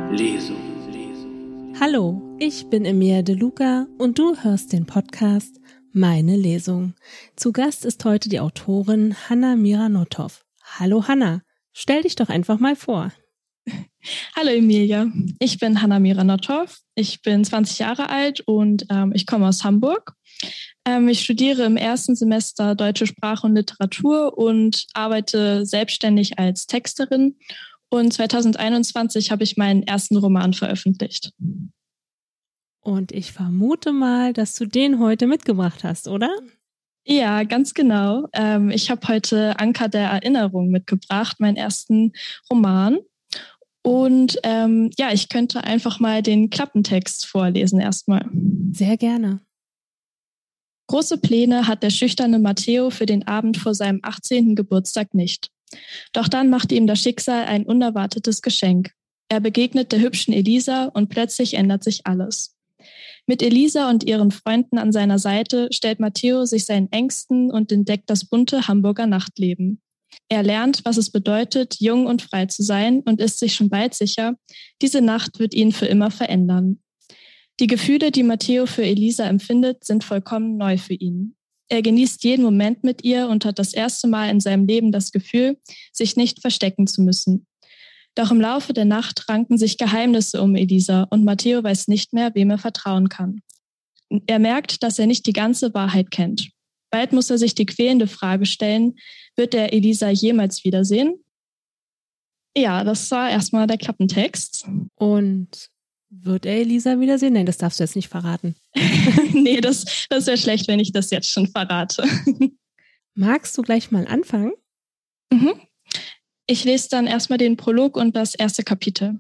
Lesung. Hallo, ich bin Emilia De Luca und du hörst den Podcast Meine Lesung. Zu Gast ist heute die Autorin Hanna Miranotov. Hallo Hanna, stell dich doch einfach mal vor. Hallo Emilia, ich bin Hanna Miranotov, ich bin 20 Jahre alt und ich komme aus Hamburg. Ich studiere im ersten Semester Deutsche Sprache und Literatur und arbeite selbstständig als Texterin. Und 2021 habe ich meinen ersten Roman veröffentlicht. Und ich vermute mal, dass du den heute mitgebracht hast, oder? Ja, ganz genau. Ich habe heute Anker der Erinnerung mitgebracht, meinen ersten Roman. Und ich könnte einfach mal den Klappentext vorlesen erstmal. Sehr gerne. Große Pläne hat der schüchterne Matteo für den Abend vor seinem 18. Geburtstag nicht. Doch dann machte ihm das Schicksal ein unerwartetes Geschenk. Er begegnet der hübschen Elisa und plötzlich ändert sich alles. Mit Elisa und ihren Freunden an seiner Seite stellt Matteo sich seinen Ängsten und entdeckt das bunte Hamburger Nachtleben. Er lernt, was es bedeutet, jung und frei zu sein und ist sich schon bald sicher, diese Nacht wird ihn für immer verändern. Die Gefühle, die Matteo für Elisa empfindet, sind vollkommen neu für ihn. Er genießt jeden Moment mit ihr und hat das erste Mal in seinem Leben das Gefühl, sich nicht verstecken zu müssen. Doch im Laufe der Nacht ranken sich Geheimnisse um Elisa und Matteo weiß nicht mehr, wem er vertrauen kann. Er merkt, dass er nicht die ganze Wahrheit kennt. Bald muss er sich die quälende Frage stellen, wird er Elisa jemals wiedersehen? Ja, das war erstmal der Klappentext. Und wird er Elisa wiedersehen? Nein, das darfst du jetzt nicht verraten. Nee, das wäre schlecht, wenn ich das jetzt schon verrate. Magst du gleich mal anfangen? Mhm. Ich lese dann erstmal den Prolog und das erste Kapitel.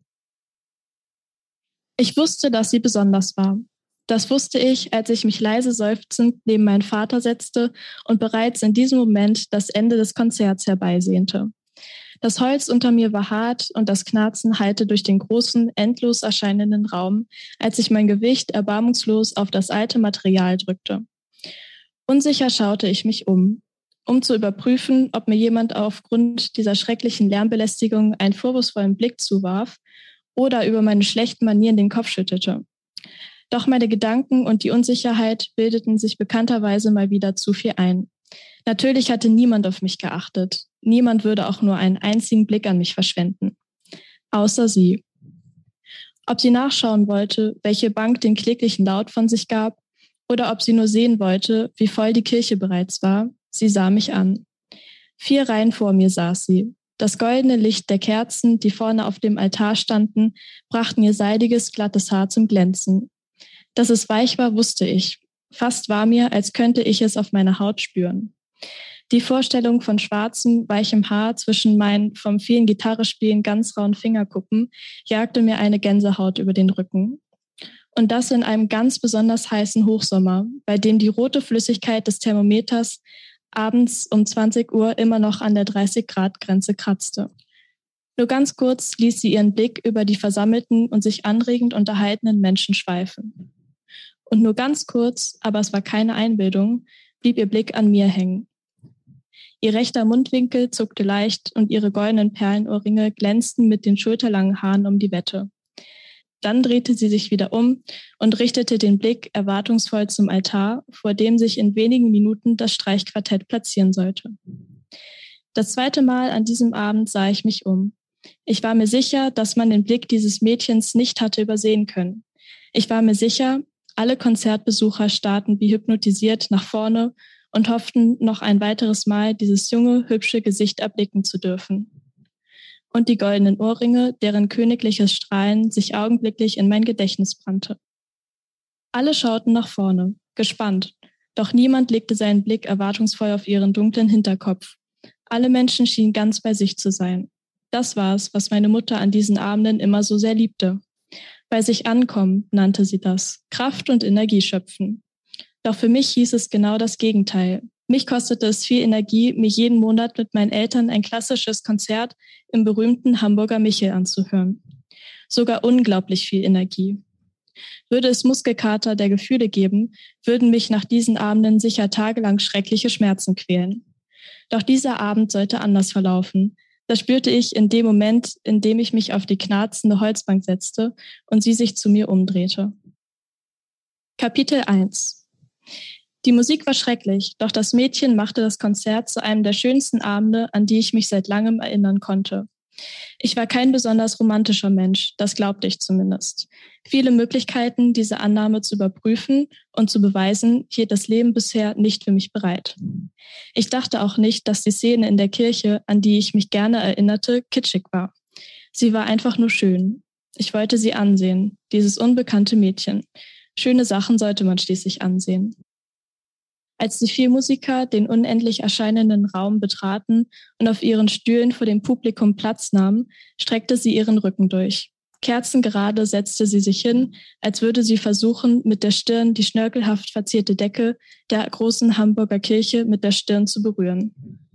Ich wusste, dass sie besonders war. Das wusste ich, als ich mich leise seufzend neben meinen Vater setzte und bereits in diesem Moment das Ende des Konzerts herbeisehnte. Das Holz unter mir war hart und das Knarzen hallte durch den großen, endlos erscheinenden Raum, als ich mein Gewicht erbarmungslos auf das alte Material drückte. Unsicher schaute ich mich um zu überprüfen, ob mir jemand aufgrund dieser schrecklichen Lärmbelästigung einen vorwurfsvollen Blick zuwarf oder über meine schlechten Manieren den Kopf schüttelte. Doch meine Gedanken und die Unsicherheit bildeten sich bekannterweise mal wieder zu viel ein. Natürlich hatte niemand auf mich geachtet. Niemand würde auch nur einen einzigen Blick an mich verschwenden. Außer sie. Ob sie nachschauen wollte, welche Bank den kläglichen Laut von sich gab, oder ob sie nur sehen wollte, wie voll die Kirche bereits war, sie sah mich an. 4 Reihen vor mir saß sie. Das goldene Licht der Kerzen, die vorne auf dem Altar standen, brachten ihr seidiges, glattes Haar zum Glänzen. Dass es weich war, wusste ich. Fast war mir, als könnte ich es auf meiner Haut spüren. Die Vorstellung von schwarzem, weichem Haar zwischen meinen vom vielen Gitarrespielen ganz rauen Fingerkuppen jagte mir eine Gänsehaut über den Rücken. Und das in einem ganz besonders heißen Hochsommer, bei dem die rote Flüssigkeit des Thermometers abends um 20 Uhr immer noch an der 30-Grad-Grenze kratzte. Nur ganz kurz ließ sie ihren Blick über die versammelten und sich anregend unterhaltenen Menschen schweifen. Und nur ganz kurz, aber es war keine Einbildung, blieb ihr Blick an mir hängen. Ihr rechter Mundwinkel zuckte leicht und ihre goldenen Perlenohrringe glänzten mit den schulterlangen Haaren um die Wette. Dann drehte sie sich wieder um und richtete den Blick erwartungsvoll zum Altar, vor dem sich in wenigen Minuten das Streichquartett platzieren sollte. Das zweite Mal an diesem Abend sah ich mich um. Ich war mir sicher, dass man den Blick dieses Mädchens nicht hatte übersehen können. Ich war mir sicher, alle Konzertbesucher starrten wie hypnotisiert nach vorne und hofften, noch ein weiteres Mal dieses junge, hübsche Gesicht erblicken zu dürfen. Und die goldenen Ohrringe, deren königliches Strahlen sich augenblicklich in mein Gedächtnis brannte. Alle schauten nach vorne, gespannt, doch niemand legte seinen Blick erwartungsvoll auf ihren dunklen Hinterkopf. Alle Menschen schienen ganz bei sich zu sein. Das war es, was meine Mutter an diesen Abenden immer so sehr liebte. Bei sich ankommen, nannte sie das, Kraft und Energie schöpfen. Doch für mich hieß es genau das Gegenteil. Mich kostete es viel Energie, mir jeden Monat mit meinen Eltern ein klassisches Konzert im berühmten Hamburger Michel anzuhören. Sogar unglaublich viel Energie. Würde es Muskelkater der Gefühle geben, würden mich nach diesen Abenden sicher tagelang schreckliche Schmerzen quälen. Doch dieser Abend sollte anders verlaufen, Das spürte ich in dem Moment, in dem ich mich auf die knarzende Holzbank setzte und sie sich zu mir umdrehte. Kapitel 1. Die Musik war schrecklich, doch das Mädchen machte das Konzert zu einem der schönsten Abende, an die ich mich seit langem erinnern konnte. Ich war kein besonders romantischer Mensch, das glaubte ich zumindest. Viele Möglichkeiten, diese Annahme zu überprüfen und zu beweisen, hielt das Leben bisher nicht für mich bereit. Ich dachte auch nicht, dass die Szene in der Kirche, an die ich mich gerne erinnerte, kitschig war. Sie war einfach nur schön. Ich wollte sie ansehen, dieses unbekannte Mädchen. Schöne Sachen sollte man schließlich ansehen. Als die 4 Musiker den unendlich erscheinenden Raum betraten und auf ihren Stühlen vor dem Publikum Platz nahmen, streckte sie ihren Rücken durch. Kerzengerade setzte sie sich hin, als würde sie versuchen, mit der Stirn die schnörkelhaft verzierte Decke der großen Hamburger Kirche mit der Stirn zu berühren.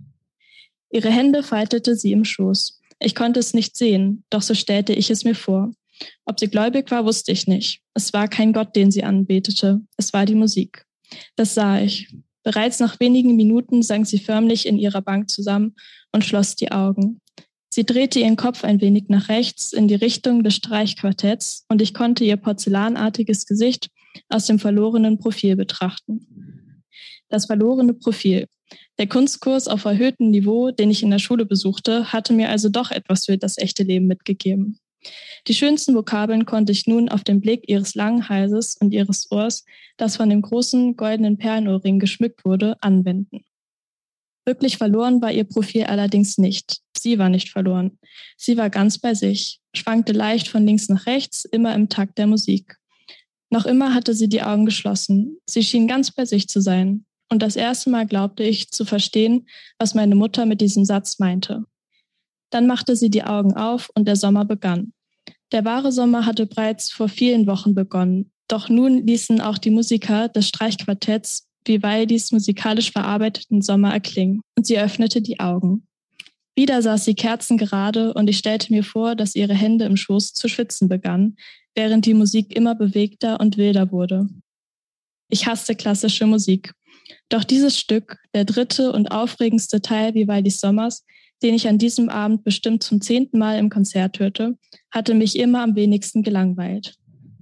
Ihre Hände faltete sie im Schoß. Ich konnte es nicht sehen, doch so stellte ich es mir vor. Ob sie gläubig war, wusste ich nicht. Es war kein Gott, den sie anbetete. Es war die Musik. Das sah ich. Bereits nach wenigen Minuten sank sie förmlich in ihrer Bank zusammen und schloss die Augen. Sie drehte ihren Kopf ein wenig nach rechts in die Richtung des Streichquartetts und ich konnte ihr porzellanartiges Gesicht aus dem verlorenen Profil betrachten. Das verlorene Profil. Der Kunstkurs auf erhöhtem Niveau, den ich in der Schule besuchte, hatte mir also doch etwas für das echte Leben mitgegeben. Die schönsten Vokabeln konnte ich nun auf den Blick ihres langen Halses und ihres Ohrs, das von dem großen goldenen Perlenohrring geschmückt wurde, anwenden. Wirklich verloren war ihr Profil allerdings nicht. Sie war nicht verloren. Sie war ganz bei sich, schwankte leicht von links nach rechts, immer im Takt der Musik. Noch immer hatte sie die Augen geschlossen. Sie schien ganz bei sich zu sein. Und das erste Mal glaubte ich zu verstehen, was meine Mutter mit diesem Satz meinte. Dann machte sie die Augen auf und der Sommer begann. Der wahre Sommer hatte bereits vor vielen Wochen begonnen, doch nun ließen auch die Musiker des Streichquartetts Vivaldis musikalisch verarbeiteten Sommer erklingen und sie öffnete die Augen. Wieder saß sie kerzengerade und ich stellte mir vor, dass ihre Hände im Schoß zu schwitzen begannen, während die Musik immer bewegter und wilder wurde. Ich hasste klassische Musik. Doch dieses Stück, der 3. und aufregendste Teil Vivaldis Sommers, den ich an diesem Abend bestimmt zum 10. Mal im Konzert hörte, hatte mich immer am wenigsten gelangweilt.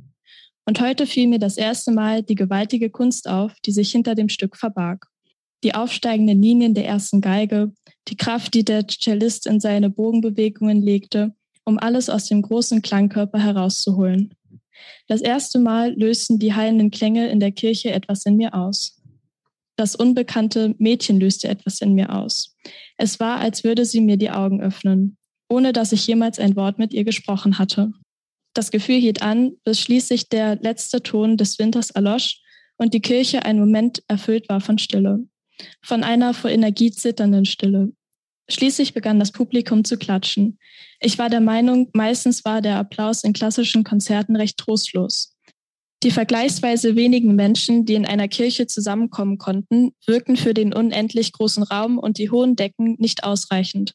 Und heute fiel mir das erste Mal die gewaltige Kunst auf, die sich hinter dem Stück verbarg. Die aufsteigenden Linien der ersten Geige, die Kraft, die der Cellist in seine Bogenbewegungen legte, um alles aus dem großen Klangkörper herauszuholen. Das erste Mal lösten die hallenden Klänge in der Kirche etwas in mir aus. Das unbekannte Mädchen löste etwas in mir aus. Es war, als würde sie mir die Augen öffnen, ohne dass ich jemals ein Wort mit ihr gesprochen hatte. Das Gefühl hielt an, bis schließlich der letzte Ton des Winters erlosch und die Kirche einen Moment erfüllt war von Stille. Von einer vor Energie zitternden Stille. Schließlich begann das Publikum zu klatschen. Ich war der Meinung, meistens war der Applaus in klassischen Konzerten recht trostlos. Die vergleichsweise wenigen Menschen, die in einer Kirche zusammenkommen konnten, wirkten für den unendlich großen Raum und die hohen Decken nicht ausreichend.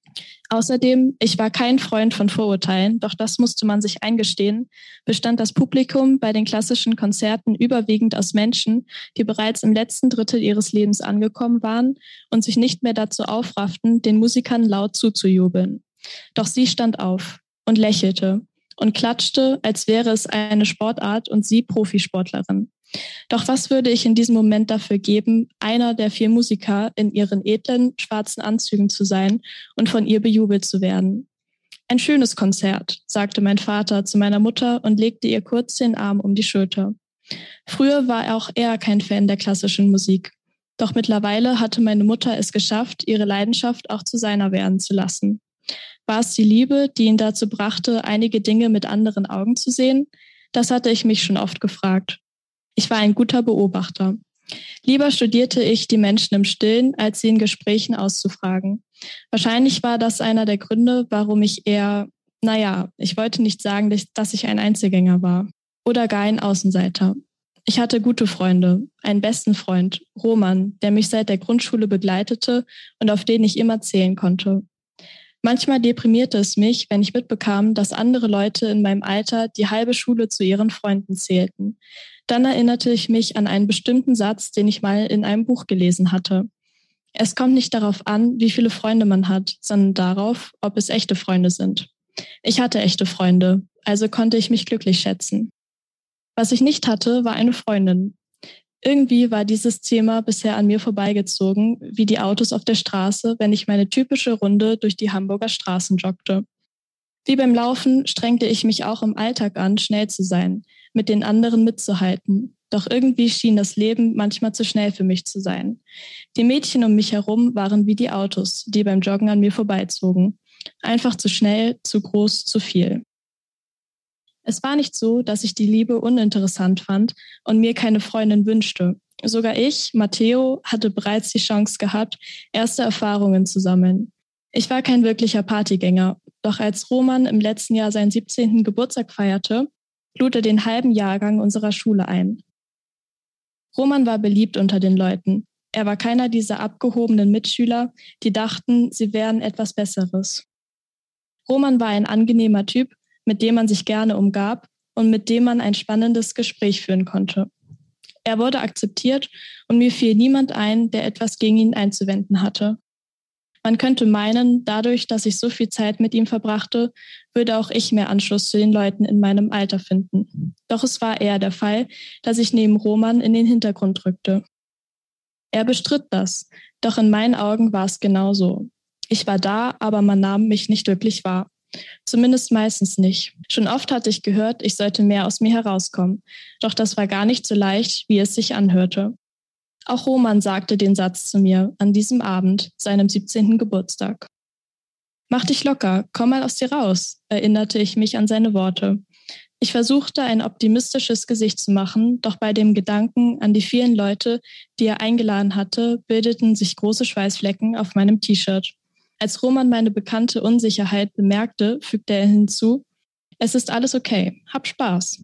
Außerdem, ich war kein Freund von Vorurteilen, doch das musste man sich eingestehen, bestand das Publikum bei den klassischen Konzerten überwiegend aus Menschen, die bereits im letzten Drittel ihres Lebens angekommen waren und sich nicht mehr dazu aufrafften, den Musikern laut zuzujubeln. Doch sie stand auf und lächelte und klatschte, als wäre es eine Sportart und sie Profisportlerin. Doch was würde ich in diesem Moment dafür geben, einer der 4 Musiker in ihren edlen, schwarzen Anzügen zu sein und von ihr bejubelt zu werden? Ein schönes Konzert, sagte mein Vater zu meiner Mutter und legte ihr kurz den Arm um die Schulter. Früher war auch er kein Fan der klassischen Musik. Doch mittlerweile hatte meine Mutter es geschafft, ihre Leidenschaft auch zu seiner werden zu lassen. War es die Liebe, die ihn dazu brachte, einige Dinge mit anderen Augen zu sehen? Das hatte ich mich schon oft gefragt. Ich war ein guter Beobachter. Lieber studierte ich die Menschen im Stillen, als sie in Gesprächen auszufragen. Wahrscheinlich war das einer der Gründe, warum ich eher, ich wollte nicht sagen, dass ich ein Einzelgänger war oder gar ein Außenseiter. Ich hatte gute Freunde, einen besten Freund, Roman, der mich seit der Grundschule begleitete und auf den ich immer zählen konnte. Manchmal deprimierte es mich, wenn ich mitbekam, dass andere Leute in meinem Alter die halbe Schule zu ihren Freunden zählten. Dann erinnerte ich mich an einen bestimmten Satz, den ich mal in einem Buch gelesen hatte. Es kommt nicht darauf an, wie viele Freunde man hat, sondern darauf, ob es echte Freunde sind. Ich hatte echte Freunde, also konnte ich mich glücklich schätzen. Was ich nicht hatte, war eine Freundin. Irgendwie war dieses Thema bisher an mir vorbeigezogen, wie die Autos auf der Straße, wenn ich meine typische Runde durch die Hamburger Straßen joggte. Wie beim Laufen strengte ich mich auch im Alltag an, schnell zu sein, mit den anderen mitzuhalten. Doch irgendwie schien das Leben manchmal zu schnell für mich zu sein. Die Mädchen um mich herum waren wie die Autos, die beim Joggen an mir vorbeizogen. Einfach zu schnell, zu groß, zu viel. Es war nicht so, dass ich die Liebe uninteressant fand und mir keine Freundin wünschte. Sogar ich, Matteo, hatte bereits die Chance gehabt, erste Erfahrungen zu sammeln. Ich war kein wirklicher Partygänger, doch als Roman im letzten Jahr seinen 17. Geburtstag feierte, lud er den halben Jahrgang unserer Schule ein. Roman war beliebt unter den Leuten. Er war keiner dieser abgehobenen Mitschüler, die dachten, sie wären etwas Besseres. Roman war ein angenehmer Typ, mit dem man sich gerne umgab und mit dem man ein spannendes Gespräch führen konnte. Er wurde akzeptiert und mir fiel niemand ein, der etwas gegen ihn einzuwenden hatte. Man könnte meinen, dadurch, dass ich so viel Zeit mit ihm verbrachte, würde auch ich mehr Anschluss zu den Leuten in meinem Alter finden. Doch es war eher der Fall, dass ich neben Roman in den Hintergrund rückte. Er bestritt das, doch in meinen Augen war es genau so. Ich war da, aber man nahm mich nicht wirklich wahr. Zumindest meistens nicht. Schon oft hatte ich gehört, ich sollte mehr aus mir herauskommen. Doch das war gar nicht so leicht, wie es sich anhörte. Auch Roman sagte den Satz zu mir an diesem Abend, seinem 17. Geburtstag. Mach dich locker, komm mal aus dir raus, erinnerte ich mich an seine Worte. Ich versuchte, ein optimistisches Gesicht zu machen, doch bei dem Gedanken an die vielen Leute, die er eingeladen hatte, bildeten sich große Schweißflecken auf meinem T-Shirt. Als Roman meine bekannte Unsicherheit bemerkte, fügte er hinzu, es ist alles okay, hab Spaß.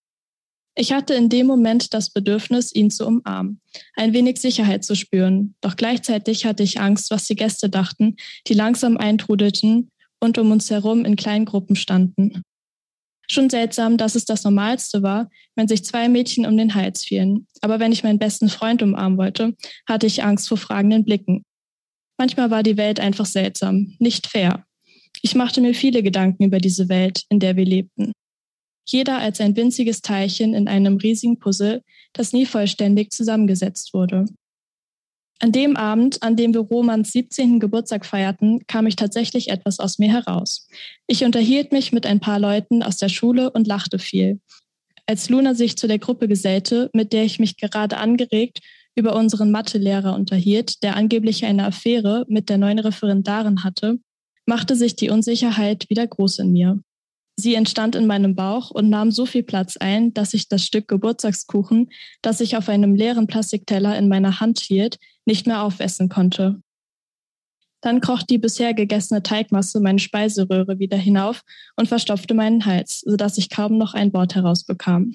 Ich hatte in dem Moment das Bedürfnis, ihn zu umarmen, ein wenig Sicherheit zu spüren, doch gleichzeitig hatte ich Angst, was die Gäste dachten, die langsam eintrudelten und um uns herum in kleinen Gruppen standen. Schon seltsam, dass es das Normalste war, wenn sich zwei Mädchen um den Hals fielen, aber wenn ich meinen besten Freund umarmen wollte, hatte ich Angst vor fragenden Blicken. Manchmal war die Welt einfach seltsam, nicht fair. Ich machte mir viele Gedanken über diese Welt, in der wir lebten. Jeder als ein winziges Teilchen in einem riesigen Puzzle, das nie vollständig zusammengesetzt wurde. An dem Abend, an dem wir Romans 17. Geburtstag feierten, kam ich tatsächlich etwas aus mir heraus. Ich unterhielt mich mit ein paar Leuten aus der Schule und lachte viel. Als Luna sich zu der Gruppe gesellte, mit der ich mich gerade angeregt über unseren Mathelehrer unterhielt, der angeblich eine Affäre mit der neuen Referendarin hatte, machte sich die Unsicherheit wieder groß in mir. Sie entstand in meinem Bauch und nahm so viel Platz ein, dass ich das Stück Geburtstagskuchen, das ich auf einem leeren Plastikteller in meiner Hand hielt, nicht mehr aufessen konnte. Dann kroch die bisher gegessene Teigmasse meine Speiseröhre wieder hinauf und verstopfte meinen Hals, sodass ich kaum noch ein Wort herausbekam.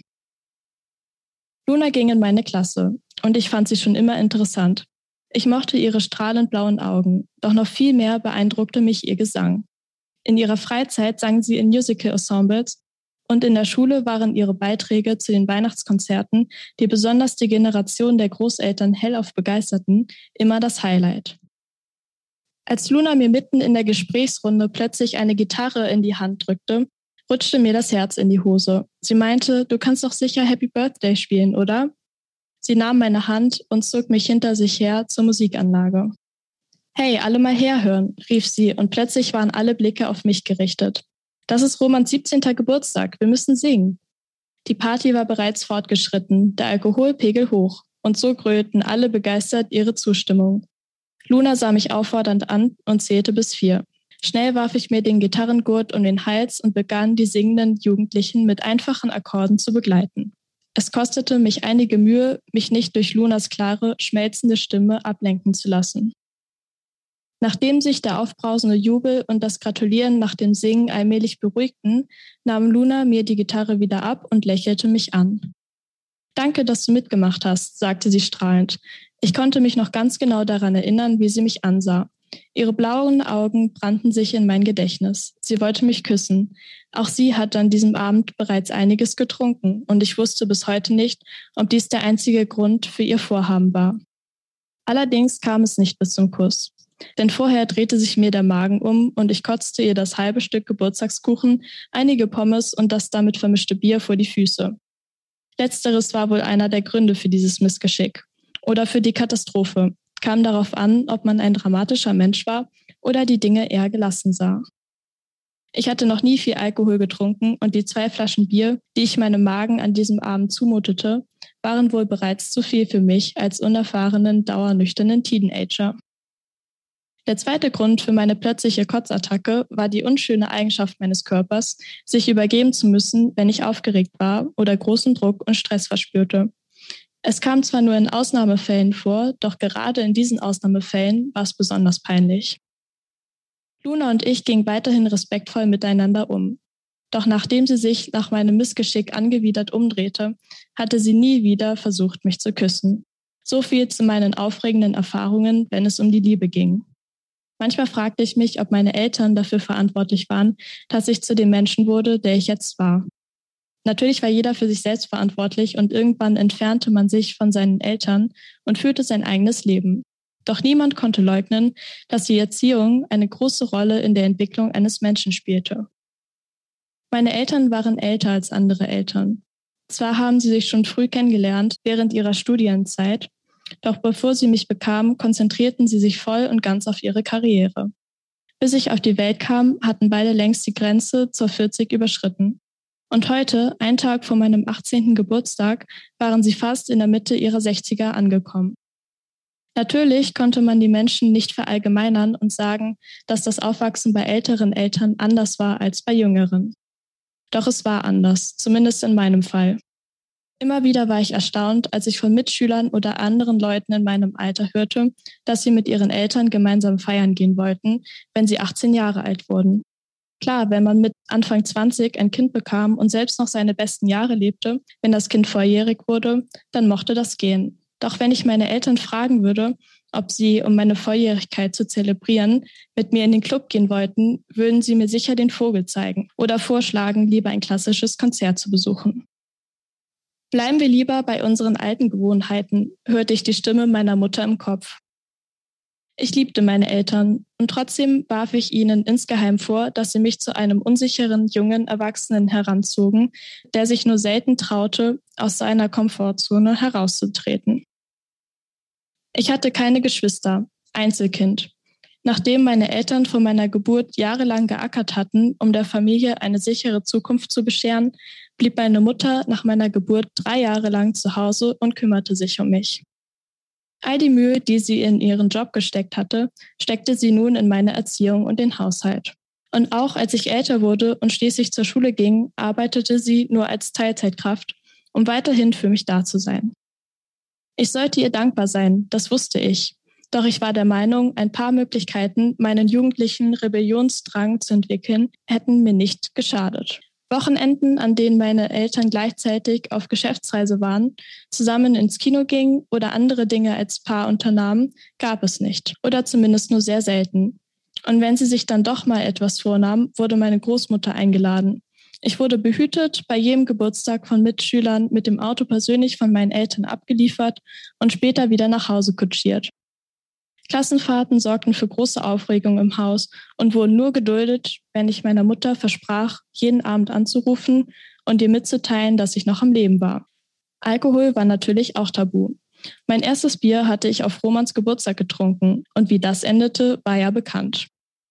Luna ging in meine Klasse und ich fand sie schon immer interessant. Ich mochte ihre strahlend blauen Augen, doch noch viel mehr beeindruckte mich ihr Gesang. In ihrer Freizeit sang sie in Musical-Ensembles und in der Schule waren ihre Beiträge zu den Weihnachtskonzerten, die besonders die Generation der Großeltern hellauf begeisterten, immer das Highlight. Als Luna mir mitten in der Gesprächsrunde plötzlich eine Gitarre in die Hand drückte, rutschte mir das Herz in die Hose. Sie meinte, du kannst doch sicher Happy Birthday spielen, oder? Sie nahm meine Hand und zog mich hinter sich her zur Musikanlage. Hey, alle mal herhören, rief sie und plötzlich waren alle Blicke auf mich gerichtet. Das ist Romans 17. Geburtstag, wir müssen singen. Die Party war bereits fortgeschritten, der Alkoholpegel hoch und so grölten alle begeistert ihre Zustimmung. Luna sah mich auffordernd an und zählte bis 4. Schnell warf ich mir den Gitarrengurt um den Hals und begann, die singenden Jugendlichen mit einfachen Akkorden zu begleiten. Es kostete mich einige Mühe, mich nicht durch Lunas klare, schmelzende Stimme ablenken zu lassen. Nachdem sich der aufbrausende Jubel und das Gratulieren nach dem Singen allmählich beruhigten, nahm Luna mir die Gitarre wieder ab und lächelte mich an. Danke, dass du mitgemacht hast, sagte sie strahlend. Ich konnte mich noch ganz genau daran erinnern, wie sie mich ansah. Ihre blauen Augen brannten sich in mein Gedächtnis. Sie wollte mich küssen. Auch sie hatte an diesem Abend bereits einiges getrunken und ich wusste bis heute nicht, ob dies der einzige Grund für ihr Vorhaben war. Allerdings kam es nicht bis zum Kuss. Denn vorher drehte sich mir der Magen um und ich kotzte ihr das halbe Stück Geburtstagskuchen, einige Pommes und das damit vermischte Bier vor die Füße. Letzteres war wohl einer der Gründe für dieses Missgeschick. Oder für die Katastrophe. Kam darauf an, ob man ein dramatischer Mensch war oder die Dinge eher gelassen sah. Ich hatte noch nie viel Alkohol getrunken und die 2 Flaschen Bier, die ich meinem Magen an diesem Abend zumutete, waren wohl bereits zu viel für mich als unerfahrenen, dauernüchternen Teenager. Der zweite Grund für meine plötzliche Kotzattacke war die unschöne Eigenschaft meines Körpers, sich übergeben zu müssen, wenn ich aufgeregt war oder großen Druck und Stress verspürte. Es kam zwar nur in Ausnahmefällen vor, doch gerade in diesen Ausnahmefällen war es besonders peinlich. Luna und ich gingen weiterhin respektvoll miteinander um. Doch nachdem sie sich nach meinem Missgeschick angewidert umdrehte, hatte sie nie wieder versucht, mich zu küssen. So viel zu meinen aufregenden Erfahrungen, wenn es um die Liebe ging. Manchmal fragte ich mich, ob meine Eltern dafür verantwortlich waren, dass ich zu dem Menschen wurde, der ich jetzt war. Natürlich war jeder für sich selbst verantwortlich und irgendwann entfernte man sich von seinen Eltern und führte sein eigenes Leben. Doch niemand konnte leugnen, dass die Erziehung eine große Rolle in der Entwicklung eines Menschen spielte. Meine Eltern waren älter als andere Eltern. Zwar haben sie sich schon früh kennengelernt während ihrer Studienzeit, doch bevor sie mich bekamen, konzentrierten sie sich voll und ganz auf ihre Karriere. Bis ich auf die Welt kam, hatten beide längst die Grenze zur 40 überschritten. Und heute, einen Tag vor meinem 18. Geburtstag, waren sie fast in der Mitte ihrer 60er angekommen. Natürlich konnte man die Menschen nicht verallgemeinern und sagen, dass das Aufwachsen bei älteren Eltern anders war als bei jüngeren. Doch es war anders, zumindest in meinem Fall. Immer wieder war ich erstaunt, als ich von Mitschülern oder anderen Leuten in meinem Alter hörte, dass sie mit ihren Eltern gemeinsam feiern gehen wollten, wenn sie 18 Jahre alt wurden. Klar, wenn man mit Anfang 20 ein Kind bekam und selbst noch seine besten Jahre lebte, wenn das Kind volljährig wurde, dann mochte das gehen. Doch wenn ich meine Eltern fragen würde, ob sie, um meine Volljährigkeit zu zelebrieren, mit mir in den Club gehen wollten, würden sie mir sicher den Vogel zeigen oder vorschlagen, lieber ein klassisches Konzert zu besuchen. Bleiben wir lieber bei unseren alten Gewohnheiten, hörte ich die Stimme meiner Mutter im Kopf. Ich liebte meine Eltern und trotzdem warf ich ihnen insgeheim vor, dass sie mich zu einem unsicheren, jungen Erwachsenen heranzogen, der sich nur selten traute, aus seiner Komfortzone herauszutreten. Ich hatte keine Geschwister, Einzelkind. Nachdem meine Eltern vor meiner Geburt jahrelang geackert hatten, um der Familie eine sichere Zukunft zu bescheren, blieb meine Mutter nach meiner Geburt 3 Jahre lang zu Hause und kümmerte sich um mich. All die Mühe, die sie in ihren Job gesteckt hatte, steckte sie nun in meine Erziehung und den Haushalt. Und auch als ich älter wurde und schließlich zur Schule ging, arbeitete sie nur als Teilzeitkraft, um weiterhin für mich da zu sein. Ich sollte ihr dankbar sein, das wusste ich. Doch ich war der Meinung, ein paar Möglichkeiten, meinen jugendlichen Rebellionsdrang zu entwickeln, hätten mir nicht geschadet. Wochenenden, an denen meine Eltern gleichzeitig auf Geschäftsreise waren, zusammen ins Kino gingen oder andere Dinge als Paar unternahmen, gab es nicht. Oder zumindest nur sehr selten. Und wenn sie sich dann doch mal etwas vornahm, wurde meine Großmutter eingeladen. Ich wurde behütet, bei jedem Geburtstag von Mitschülern mit dem Auto persönlich von meinen Eltern abgeliefert und später wieder nach Hause kutschiert. Klassenfahrten sorgten für große Aufregung im Haus und wurden nur geduldet, wenn ich meiner Mutter versprach, jeden Abend anzurufen und ihr mitzuteilen, dass ich noch am Leben war. Alkohol war natürlich auch tabu. Mein erstes Bier hatte ich auf Romans Geburtstag getrunken und wie das endete, war ja bekannt.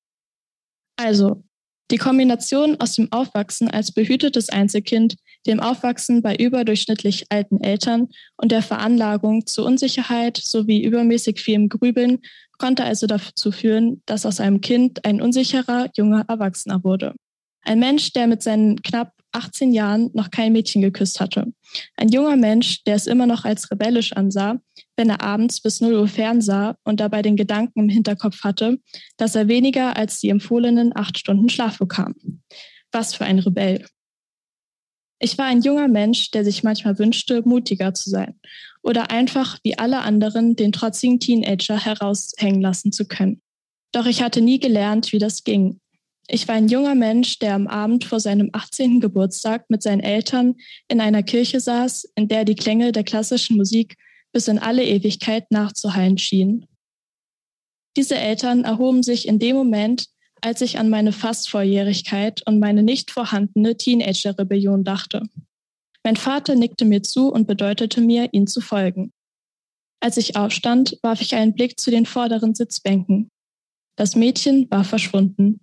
Also, die Kombination aus dem Aufwachsen als behütetes Einzelkind, dem Aufwachsen bei überdurchschnittlich alten Eltern und der Veranlagung zu Unsicherheit sowie übermäßig vielem Grübeln konnte also dazu führen, dass aus einem Kind ein unsicherer, junger Erwachsener wurde. Ein Mensch, der mit seinen knapp 18 Jahren noch kein Mädchen geküsst hatte. Ein junger Mensch, der es immer noch als rebellisch ansah, wenn er abends bis 0 Uhr fernsah und dabei den Gedanken im Hinterkopf hatte, dass er weniger als die empfohlenen 8 Stunden Schlaf bekam. Was für ein Rebell. Ich war ein junger Mensch, der sich manchmal wünschte, mutiger zu sein oder einfach wie alle anderen den trotzigen Teenager heraushängen lassen zu können. Doch ich hatte nie gelernt, wie das ging. Ich war ein junger Mensch, der am Abend vor seinem 18. Geburtstag mit seinen Eltern in einer Kirche saß, in der die Klänge der klassischen Musik bis in alle Ewigkeit nachzuhallen schien. Diese Eltern erhoben sich in dem Moment, als ich an meine Fast-Volljährigkeit und meine nicht vorhandene Teenager-Rebellion dachte. Mein Vater nickte mir zu und bedeutete mir, ihm zu folgen. Als ich aufstand, warf ich einen Blick zu den vorderen Sitzbänken. Das Mädchen war verschwunden.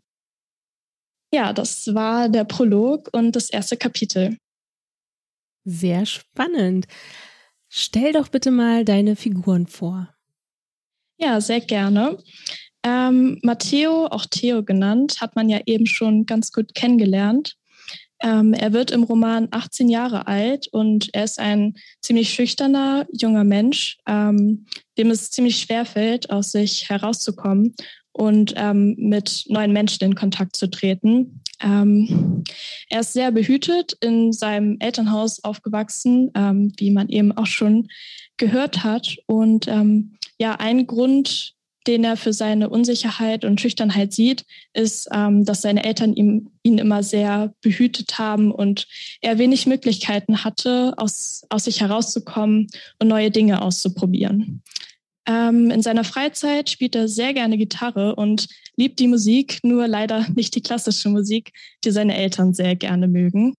Ja, das war der Prolog und das erste Kapitel. Sehr spannend. Stell doch bitte mal deine Figuren vor. Ja, sehr gerne. Matteo, auch Theo genannt, hat man ja eben schon ganz gut kennengelernt. Er wird im Roman 18 Jahre alt und er ist ein ziemlich schüchterner junger Mensch, dem es ziemlich schwer fällt, aus sich herauszukommen und mit neuen Menschen in Kontakt zu treten. Er ist sehr behütet, in seinem Elternhaus aufgewachsen, wie man eben auch schon gehört hat. Und ein Grund, den er für seine Unsicherheit und Schüchternheit sieht, ist, dass seine Eltern ihn immer sehr behütet haben und er wenig Möglichkeiten hatte, aus sich herauszukommen und neue Dinge auszuprobieren. In seiner Freizeit spielt er sehr gerne Gitarre und liebt die Musik, nur leider nicht die klassische Musik, die seine Eltern sehr gerne mögen.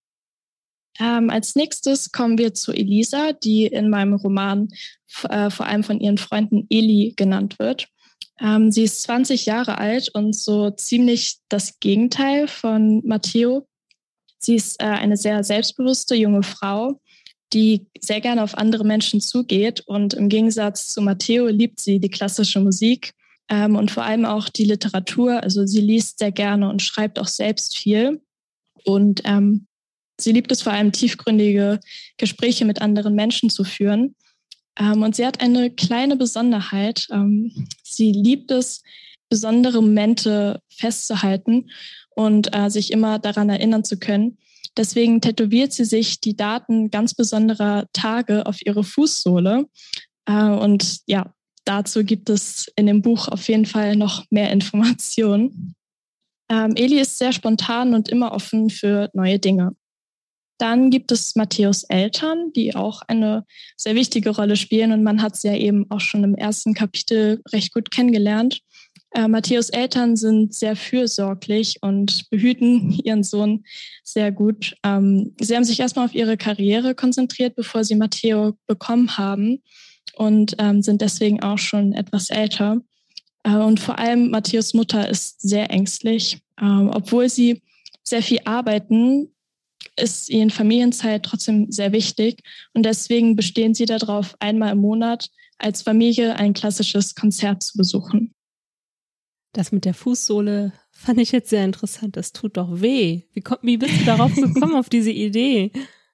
Als nächstes kommen wir zu Elisa, die in meinem Roman vor allem von ihren Freunden Eli genannt wird. Sie ist 20 Jahre alt und so ziemlich das Gegenteil von Matteo. Sie ist eine sehr selbstbewusste junge Frau, die sehr gerne auf andere Menschen zugeht. Und im Gegensatz zu Matteo liebt sie die klassische Musik und vor allem auch die Literatur. Also sie liest sehr gerne und schreibt auch selbst viel. Und sie liebt es vor allem, tiefgründige Gespräche mit anderen Menschen zu führen. Und sie hat eine kleine Besonderheit. Sie liebt es, besondere Momente festzuhalten und sich immer daran erinnern zu können. Deswegen tätowiert sie sich die Daten ganz besonderer Tage auf ihre Fußsohle. Und ja, dazu gibt es in dem Buch auf jeden Fall noch mehr Informationen. Eli ist sehr spontan und immer offen für neue Dinge. Dann gibt es Matteos Eltern, die auch eine sehr wichtige Rolle spielen und man hat sie ja eben auch schon im ersten Kapitel recht gut kennengelernt. Matteos Eltern sind sehr fürsorglich und behüten ihren Sohn sehr gut. Sie haben sich erstmal auf ihre Karriere konzentriert, bevor sie Matteo bekommen haben und sind deswegen auch schon etwas älter. Und vor allem Matteos Mutter ist sehr ängstlich. Obwohl sie sehr viel arbeiten, ist ihnen Familienzeit trotzdem sehr wichtig. Und deswegen bestehen sie darauf, einmal im Monat als Familie ein klassisches Konzert zu besuchen. Das mit der Fußsohle fand ich jetzt sehr interessant. Das tut doch weh. Wie bist du darauf gekommen, auf diese Idee?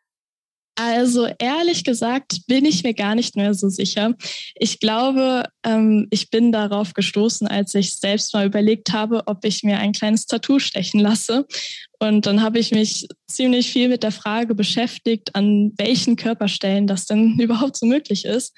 Also ehrlich gesagt bin ich mir gar nicht mehr so sicher. Ich glaube, ich bin darauf gestoßen, als ich selbst mal überlegt habe, ob ich mir ein kleines Tattoo stechen lasse. Und dann habe ich mich ziemlich viel mit der Frage beschäftigt, an welchen Körperstellen das denn überhaupt so möglich ist.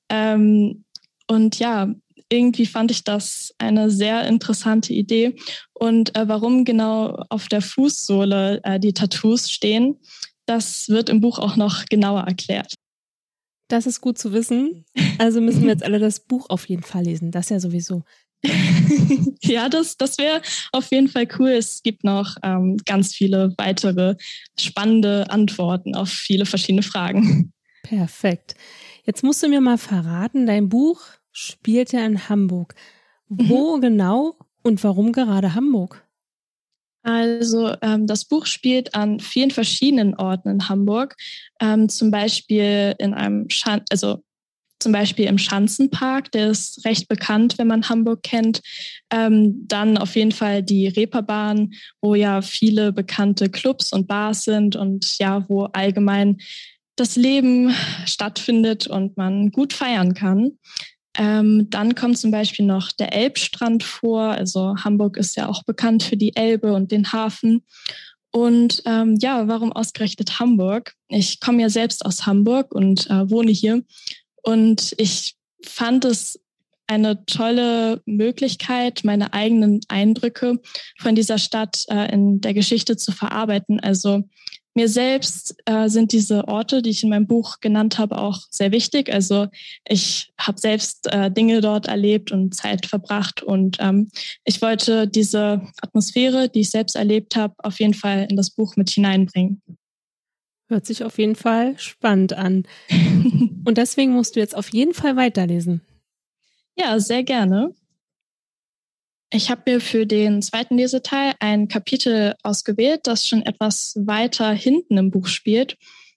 Und ja, irgendwie fand ich das eine sehr interessante Idee. Und warum genau auf der Fußsohle die Tattoos stehen, das wird im Buch auch noch genauer erklärt. Das ist gut zu wissen. Also müssen wir jetzt alle das Buch auf jeden Fall lesen. Das ja sowieso. Ja, das wäre auf jeden Fall cool. Es gibt noch ganz viele weitere spannende Antworten auf viele verschiedene Fragen. Perfekt. Jetzt musst du mir mal verraten, dein Buch spielt ja in Hamburg. Wo genau und warum gerade Hamburg? Also das Buch spielt an vielen verschiedenen Orten in Hamburg, zum Beispiel zum Beispiel im Schanzenpark, der ist recht bekannt, wenn man Hamburg kennt. Dann auf jeden Fall die Reeperbahn, wo ja viele bekannte Clubs und Bars sind und ja, wo allgemein das Leben stattfindet und man gut feiern kann. Dann kommt zum Beispiel noch der Elbstrand vor. Also Hamburg ist ja auch bekannt für die Elbe und den Hafen. Und warum ausgerechnet Hamburg? Ich komme ja selbst aus Hamburg und wohne hier. Und ich fand es eine tolle Möglichkeit, meine eigenen Eindrücke von dieser Stadt in der Geschichte zu verarbeiten. Also Mir selbst sind diese Orte, die ich in meinem Buch genannt habe, auch sehr wichtig. Also ich habe selbst Dinge dort erlebt und Zeit verbracht und ich wollte diese Atmosphäre, die ich selbst erlebt habe, auf jeden Fall in das Buch mit hineinbringen. Hört sich auf jeden Fall spannend an. Und deswegen musst du jetzt auf jeden Fall weiterlesen. Ja, sehr gerne. Ich habe mir für den zweiten Leseteil ein Kapitel ausgewählt, das schon etwas weiter hinten im Buch spielt.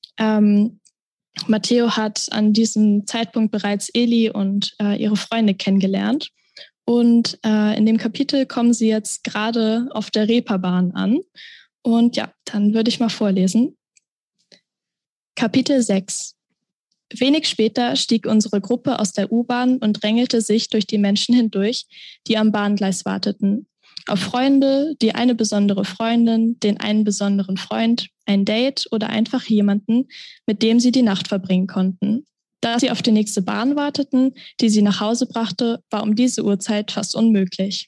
Matteo hat an diesem Zeitpunkt bereits Eli und ihre Freunde kennengelernt. Und in dem Kapitel kommen sie jetzt gerade auf der Reeperbahn an. Und ja, dann würde ich mal vorlesen. Kapitel 6. Wenig später stieg unsere Gruppe aus der U-Bahn und drängelte sich durch die Menschen hindurch, die am Bahngleis warteten. Auf Freunde, die eine besondere Freundin, den einen besonderen Freund, ein Date oder einfach jemanden, mit dem sie die Nacht verbringen konnten. Da sie auf die nächste Bahn warteten, die sie nach Hause brachte, war um diese Uhrzeit fast unmöglich.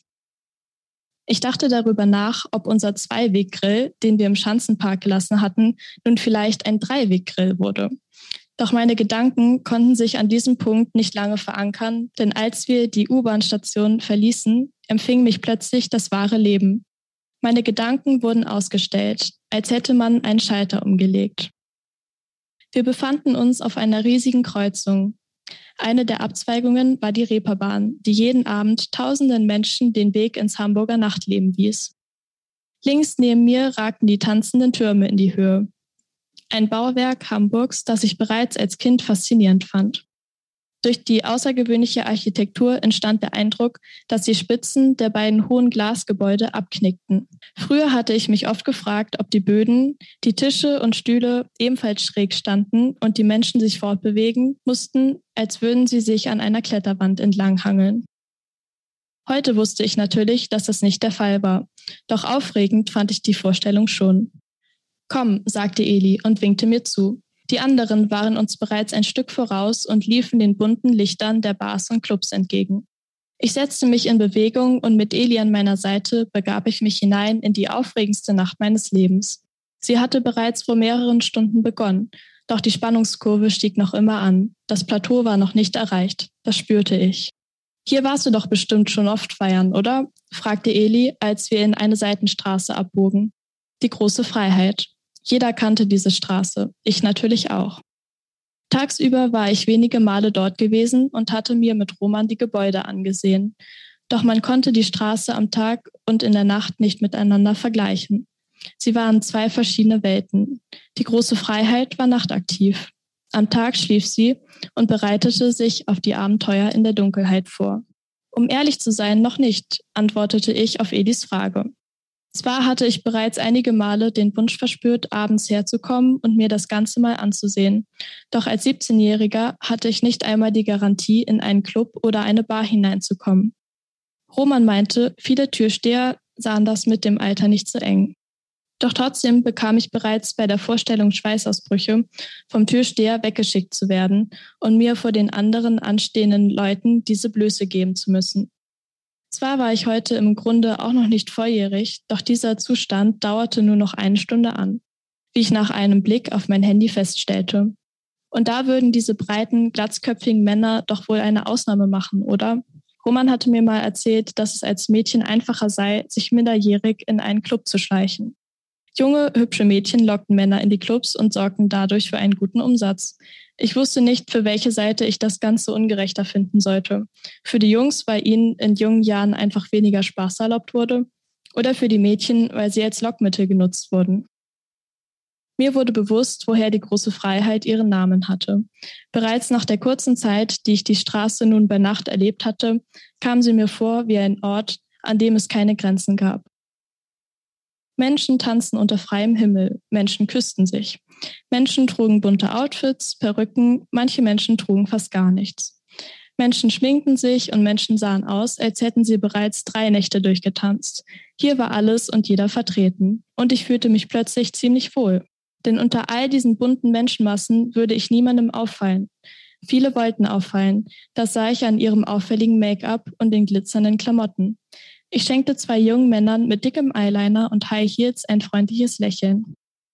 Ich dachte darüber nach, ob unser Zweiweggrill, den wir im Schanzenpark gelassen hatten, nun vielleicht ein Dreiweggrill wurde. Doch meine Gedanken konnten sich an diesem Punkt nicht lange verankern, denn als wir die U-Bahn-Station verließen, empfing mich plötzlich das wahre Leben. Meine Gedanken wurden ausgestellt, als hätte man einen Schalter umgelegt. Wir befanden uns auf einer riesigen Kreuzung. Eine der Abzweigungen war die Reeperbahn, die jeden Abend tausenden Menschen den Weg ins Hamburger Nachtleben wies. Links neben mir ragten die tanzenden Türme in die Höhe. Ein Bauwerk Hamburgs, das ich bereits als Kind faszinierend fand. Durch die außergewöhnliche Architektur entstand der Eindruck, dass die Spitzen der beiden hohen Glasgebäude abknickten. Früher hatte ich mich oft gefragt, ob die Böden, die Tische und Stühle ebenfalls schräg standen und die Menschen sich fortbewegen mussten, als würden sie sich an einer Kletterwand entlanghangeln. Heute wusste ich natürlich, dass das nicht der Fall war. Doch aufregend fand ich die Vorstellung schon. »Komm«, sagte Eli und winkte mir zu. Die anderen waren uns bereits ein Stück voraus und liefen den bunten Lichtern der Bars und Clubs entgegen. Ich setzte mich in Bewegung und mit Eli an meiner Seite begab ich mich hinein in die aufregendste Nacht meines Lebens. Sie hatte bereits vor mehreren Stunden begonnen, doch die Spannungskurve stieg noch immer an. Das Plateau war noch nicht erreicht, das spürte ich. »Hier warst du doch bestimmt schon oft feiern, oder?« fragte Eli, als wir in eine Seitenstraße abbogen. Die große Freiheit. Jeder kannte diese Straße, ich natürlich auch. Tagsüber war ich wenige Male dort gewesen und hatte mir mit Roman die Gebäude angesehen. Doch man konnte die Straße am Tag und in der Nacht nicht miteinander vergleichen. Sie waren zwei verschiedene Welten. Die große Freiheit war nachtaktiv. Am Tag schlief sie und bereitete sich auf die Abenteuer in der Dunkelheit vor. Um ehrlich zu sein, noch nicht, antwortete ich auf Elis Frage. Zwar hatte ich bereits einige Male den Wunsch verspürt, abends herzukommen und mir das Ganze mal anzusehen. Doch als 17-Jähriger hatte ich nicht einmal die Garantie, in einen Club oder eine Bar hineinzukommen. Roman meinte, viele Türsteher sahen das mit dem Alter nicht so eng. Doch trotzdem bekam ich bereits bei der Vorstellung Schweißausbrüche, vom Türsteher weggeschickt zu werden und mir vor den anderen anstehenden Leuten diese Blöße geben zu müssen. Zwar war ich heute im Grunde auch noch nicht volljährig, doch dieser Zustand dauerte nur noch 1 Stunde an, wie ich nach einem Blick auf mein Handy feststellte. Und da würden diese breiten, glatzköpfigen Männer doch wohl eine Ausnahme machen, oder? Roman hatte mir mal erzählt, dass es als Mädchen einfacher sei, sich minderjährig in einen Club zu schleichen. Junge, hübsche Mädchen lockten Männer in die Clubs und sorgten dadurch für einen guten Umsatz. Ich wusste nicht, für welche Seite ich das Ganze ungerechter finden sollte. Für die Jungs, weil ihnen in jungen Jahren einfach weniger Spaß erlaubt wurde, oder für die Mädchen, weil sie als Lockmittel genutzt wurden. Mir wurde bewusst, woher die große Freiheit ihren Namen hatte. Bereits nach der kurzen Zeit, die ich die Straße nun bei Nacht erlebt hatte, kam sie mir vor wie ein Ort, an dem es keine Grenzen gab. Menschen tanzten unter freiem Himmel, Menschen küssten sich. Menschen trugen bunte Outfits, Perücken, manche Menschen trugen fast gar nichts. Menschen schminkten sich und Menschen sahen aus, als hätten sie bereits 3 Nächte durchgetanzt. Hier war alles und jeder vertreten. Und ich fühlte mich plötzlich ziemlich wohl. Denn unter all diesen bunten Menschenmassen würde ich niemandem auffallen. Viele wollten auffallen. Das sah ich an ihrem auffälligen Make-up und den glitzernden Klamotten. Ich schenkte 2 jungen Männern mit dickem Eyeliner und High Heels ein freundliches Lächeln.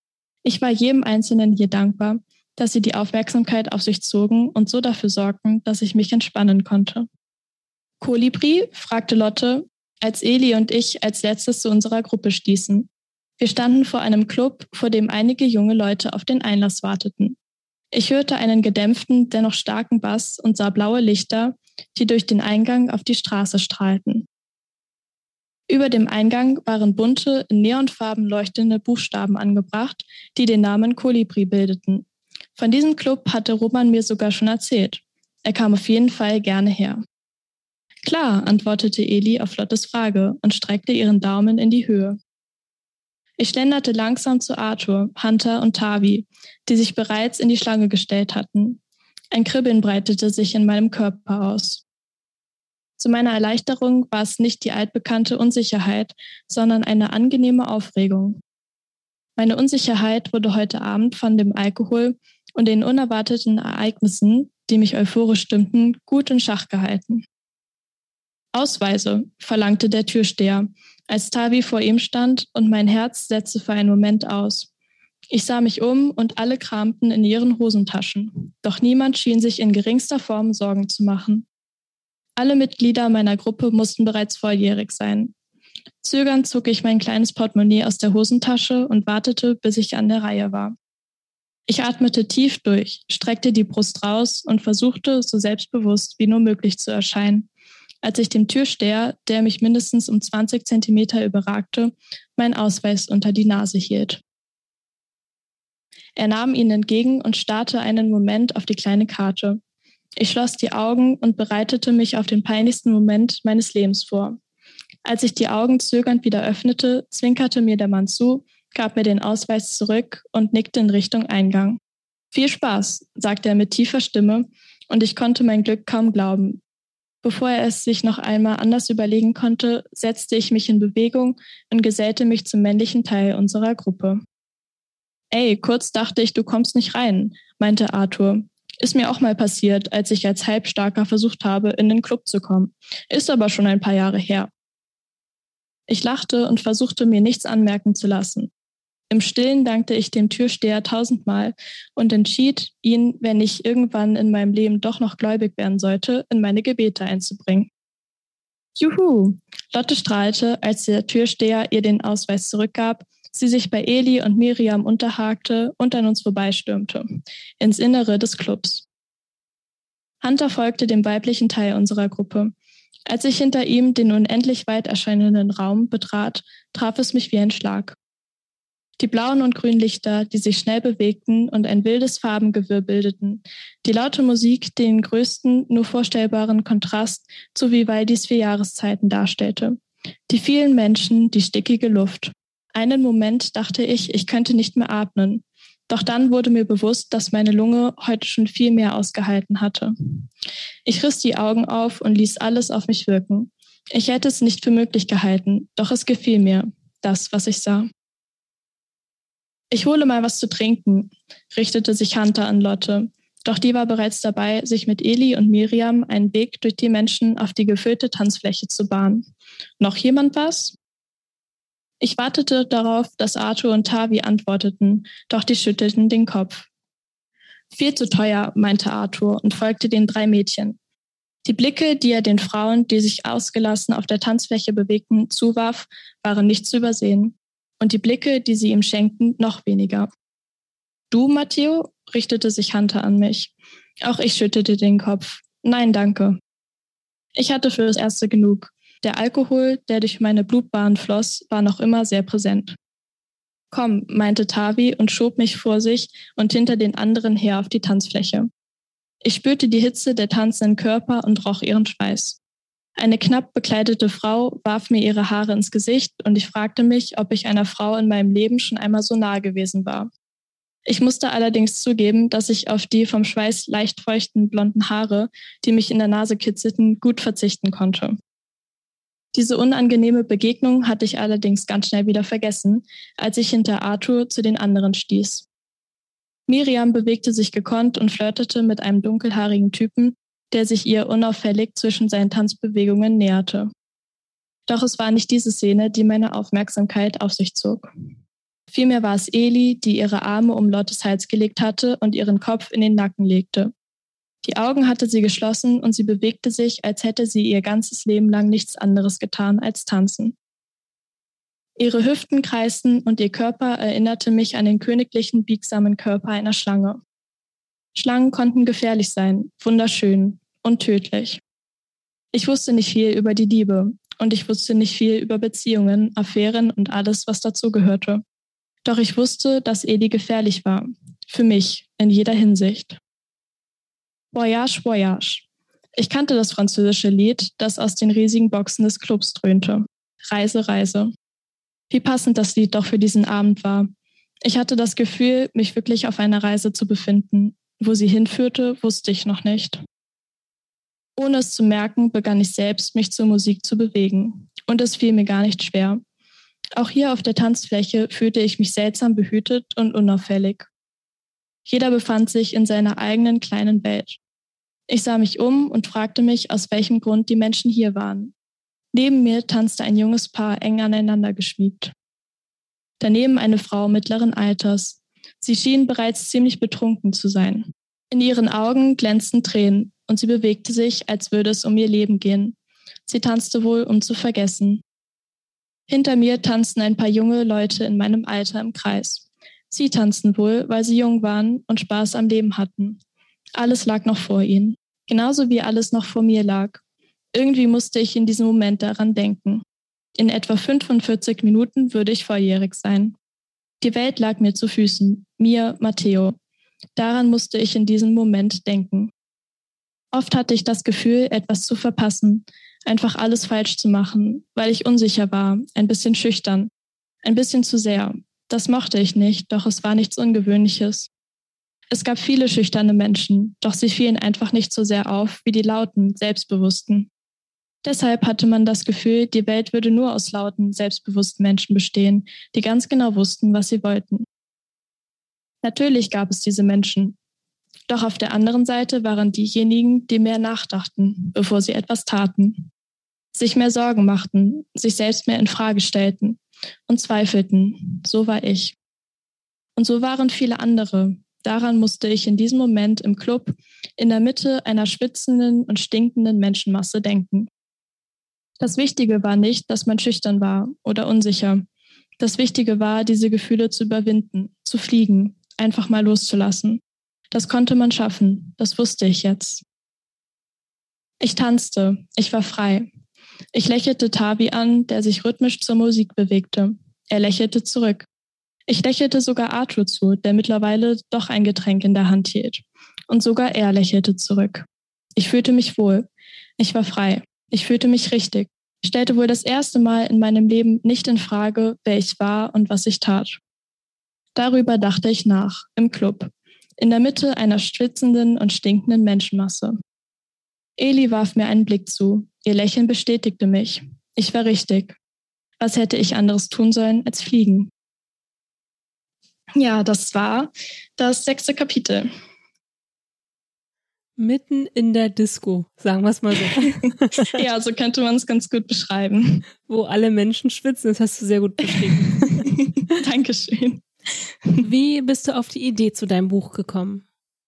Ich war jedem Einzelnen hier dankbar, dass sie die Aufmerksamkeit auf sich zogen und so dafür sorgten, dass ich mich entspannen konnte. Kolibri? Fragte Lotte, als Eli und ich als letztes zu unserer Gruppe stießen. Wir standen vor einem Club, vor dem einige junge Leute auf den Einlass warteten. Ich hörte einen gedämpften, dennoch starken Bass und sah blaue Lichter, die durch den Eingang auf die Straße strahlten. Über dem Eingang waren bunte, in Neonfarben leuchtende Buchstaben angebracht, die den Namen Kolibri bildeten. Von diesem Club hatte Roman mir sogar schon erzählt. Er kam auf jeden Fall gerne her. Klar, antwortete Eli auf Lottes Frage und streckte ihren Daumen in die Höhe. Ich schlenderte langsam zu Arthur, Hunter und Tavi, die sich bereits in die Schlange gestellt hatten. Ein Kribbeln breitete sich in meinem Körper aus. Zu meiner Erleichterung war es nicht die altbekannte Unsicherheit, sondern eine angenehme Aufregung. Meine Unsicherheit wurde heute Abend von dem Alkohol und den unerwarteten Ereignissen, die mich euphorisch stimmten, gut in Schach gehalten. Ausweise, verlangte der Türsteher, als Tavi vor ihm stand und mein Herz setzte für einen Moment aus. Ich sah mich um und alle kramten in ihren Hosentaschen. Doch niemand schien sich in geringster Form Sorgen zu machen. Alle Mitglieder meiner Gruppe mussten bereits volljährig sein. Zögernd zog ich mein kleines Portemonnaie aus der Hosentasche und wartete, bis ich an der Reihe war. Ich atmete tief durch, streckte die Brust raus und versuchte, so selbstbewusst wie nur möglich zu erscheinen, als ich dem Türsteher, der mich mindestens um 20 Zentimeter überragte, meinen Ausweis unter die Nase hielt. Er nahm ihn entgegen und starrte einen Moment auf die kleine Karte. Ich schloss die Augen und bereitete mich auf den peinlichsten Moment meines Lebens vor. Als ich die Augen zögernd wieder öffnete, zwinkerte mir der Mann zu, gab mir den Ausweis zurück und nickte in Richtung Eingang. »Viel Spaß«, sagte er mit tiefer Stimme, und ich konnte mein Glück kaum glauben. Bevor er es sich noch einmal anders überlegen konnte, setzte ich mich in Bewegung und gesellte mich zum männlichen Teil unserer Gruppe. »Ey, kurz dachte ich, du kommst nicht rein«, meinte Arthur. »Ist mir auch mal passiert, als ich als Halbstarker versucht habe, in den Club zu kommen. Ist aber schon ein paar Jahre her.« Ich lachte und versuchte, mir nichts anmerken zu lassen. Im Stillen dankte ich dem Türsteher 1000-mal und entschied, ihn, wenn ich irgendwann in meinem Leben doch noch gläubig werden sollte, in meine Gebete einzubringen. Juhu! Lotte strahlte, als der Türsteher ihr den Ausweis zurückgab, sie sich bei Eli und Miriam unterhakte und an uns vorbeistürmte, ins Innere des Clubs. Hunter folgte dem weiblichen Teil unserer Gruppe. Als ich hinter ihm den unendlich weit erscheinenden Raum betrat, traf es mich wie ein Schlag. Die blauen und grünen Lichter, die sich schnell bewegten und ein wildes Farbengewirr bildeten. Die laute Musik, die den größten, nur vorstellbaren Kontrast zu Vivaldis 4 Jahreszeiten darstellte. Die vielen Menschen, die stickige Luft. Einen Moment dachte ich könnte nicht mehr atmen. Doch dann wurde mir bewusst, dass meine Lunge heute schon viel mehr ausgehalten hatte. Ich riss die Augen auf und ließ alles auf mich wirken. Ich hätte es nicht für möglich gehalten, doch es gefiel mir, das, was ich sah. »Ich hole mal was zu trinken«, richtete sich Hunter an Lotte. Doch die war bereits dabei, sich mit Eli und Miriam einen Weg durch die Menschen auf die gefüllte Tanzfläche zu bahnen. »Noch jemand was?« Ich wartete darauf, dass Arthur und Tavi antworteten, doch die schüttelten den Kopf. »Viel zu teuer«, meinte Arthur und folgte den 3 Mädchen. Die Blicke, die er den Frauen, die sich ausgelassen auf der Tanzfläche bewegten, zuwarf, waren nicht zu übersehen. Und die Blicke, die sie ihm schenkten, noch weniger. »Du, Matteo?«, richtete sich Hunter an mich. Auch ich schüttelte den Kopf. »Nein, danke.« Ich hatte für das Erste genug. Der Alkohol, der durch meine Blutbahn floss, war noch immer sehr präsent. »Komm«, meinte Tavi und schob mich vor sich und hinter den anderen her auf die Tanzfläche. Ich spürte die Hitze der tanzenden Körper und roch ihren Schweiß. Eine knapp bekleidete Frau warf mir ihre Haare ins Gesicht und ich fragte mich, ob ich einer Frau in meinem Leben schon einmal so nahe gewesen war. Ich musste allerdings zugeben, dass ich auf die vom Schweiß leicht feuchten blonden Haare, die mich in der Nase kitzelten, gut verzichten konnte. Diese unangenehme Begegnung hatte ich allerdings ganz schnell wieder vergessen, als ich hinter Arthur zu den anderen stieß. Miriam bewegte sich gekonnt und flirtete mit einem dunkelhaarigen Typen, der sich ihr unauffällig zwischen seinen Tanzbewegungen näherte. Doch es war nicht diese Szene, die meine Aufmerksamkeit auf sich zog. Vielmehr war es Eli, die ihre Arme um Lottes Hals gelegt hatte und ihren Kopf in den Nacken legte. Die Augen hatte sie geschlossen und sie bewegte sich, als hätte sie ihr ganzes Leben lang nichts anderes getan als tanzen. Ihre Hüften kreisten und ihr Körper erinnerte mich an den königlichen, biegsamen Körper einer Schlange. Schlangen konnten gefährlich sein, wunderschön und tödlich. Ich wusste nicht viel über die Liebe und ich wusste nicht viel über Beziehungen, Affären und alles, was dazugehörte. Doch ich wusste, dass Eli gefährlich war. Für mich, in jeder Hinsicht. Voyage, Voyage. Ich kannte das französische Lied, das aus den riesigen Boxen des Clubs dröhnte. Reise, Reise. Wie passend das Lied doch für diesen Abend war. Ich hatte das Gefühl, mich wirklich auf einer Reise zu befinden. Wo sie hinführte, wusste ich noch nicht. Ohne es zu merken, begann ich selbst, mich zur Musik zu bewegen. Und es fiel mir gar nicht schwer. Auch hier auf der Tanzfläche fühlte ich mich seltsam behütet und unauffällig. Jeder befand sich in seiner eigenen kleinen Welt. Ich sah mich um und fragte mich, aus welchem Grund die Menschen hier waren. Neben mir tanzte ein junges Paar eng aneinander geschmiegt. Daneben eine Frau mittleren Alters. Sie schien bereits ziemlich betrunken zu sein. In ihren Augen glänzten Tränen und sie bewegte sich, als würde es um ihr Leben gehen. Sie tanzte wohl, um zu vergessen. Hinter mir tanzten ein paar junge Leute in meinem Alter im Kreis. Sie tanzten wohl, weil sie jung waren und Spaß am Leben hatten. Alles lag noch vor ihnen, genauso wie alles noch vor mir lag. Irgendwie musste ich in diesem Moment daran denken. In etwa 45 Minuten würde ich volljährig sein. Die Welt lag mir zu Füßen, mir, Matteo. Daran musste ich in diesem Moment denken. Oft hatte ich das Gefühl, etwas zu verpassen, einfach alles falsch zu machen, weil ich unsicher war, ein bisschen schüchtern, ein bisschen zu sehr. Das mochte ich nicht, doch es war nichts Ungewöhnliches. Es gab viele schüchterne Menschen, doch sie fielen einfach nicht so sehr auf wie die lauten, selbstbewussten. Deshalb hatte man das Gefühl, die Welt würde nur aus lauten, selbstbewussten Menschen bestehen, die ganz genau wussten, was sie wollten. Natürlich gab es diese Menschen. Doch auf der anderen Seite waren diejenigen, die mehr nachdachten, bevor sie etwas taten. Sich mehr Sorgen machten, sich selbst mehr in Frage stellten und zweifelten. So war ich. Und so waren viele andere. Daran musste ich in diesem Moment im Club in der Mitte einer schwitzenden und stinkenden Menschenmasse denken. Das Wichtige war nicht, dass man schüchtern war oder unsicher. Das Wichtige war, diese Gefühle zu überwinden, zu fliegen, einfach mal loszulassen. Das konnte man schaffen, das wusste ich jetzt. Ich tanzte, ich war frei. Ich lächelte Tavi an, der sich rhythmisch zur Musik bewegte. Er lächelte zurück. Ich lächelte sogar Arthur zu, der mittlerweile doch ein Getränk in der Hand hielt. Und sogar er lächelte zurück. Ich fühlte mich wohl. Ich war frei. Ich fühlte mich richtig. Ich stellte wohl das erste Mal in meinem Leben nicht in Frage, wer ich war und was ich tat. Darüber dachte ich nach, im Club, in der Mitte einer schwitzenden und stinkenden Menschenmasse. Eli warf mir einen Blick zu. Ihr Lächeln bestätigte mich. Ich war richtig. Was hätte ich anderes tun sollen als fliegen? Ja, das war das 6. Kapitel. Mitten in der Disco, sagen wir es mal so. Ja, so könnte man es ganz gut beschreiben. Wo alle Menschen schwitzen, das hast du sehr gut beschrieben. Dankeschön. Wie bist du auf die Idee zu deinem Buch gekommen?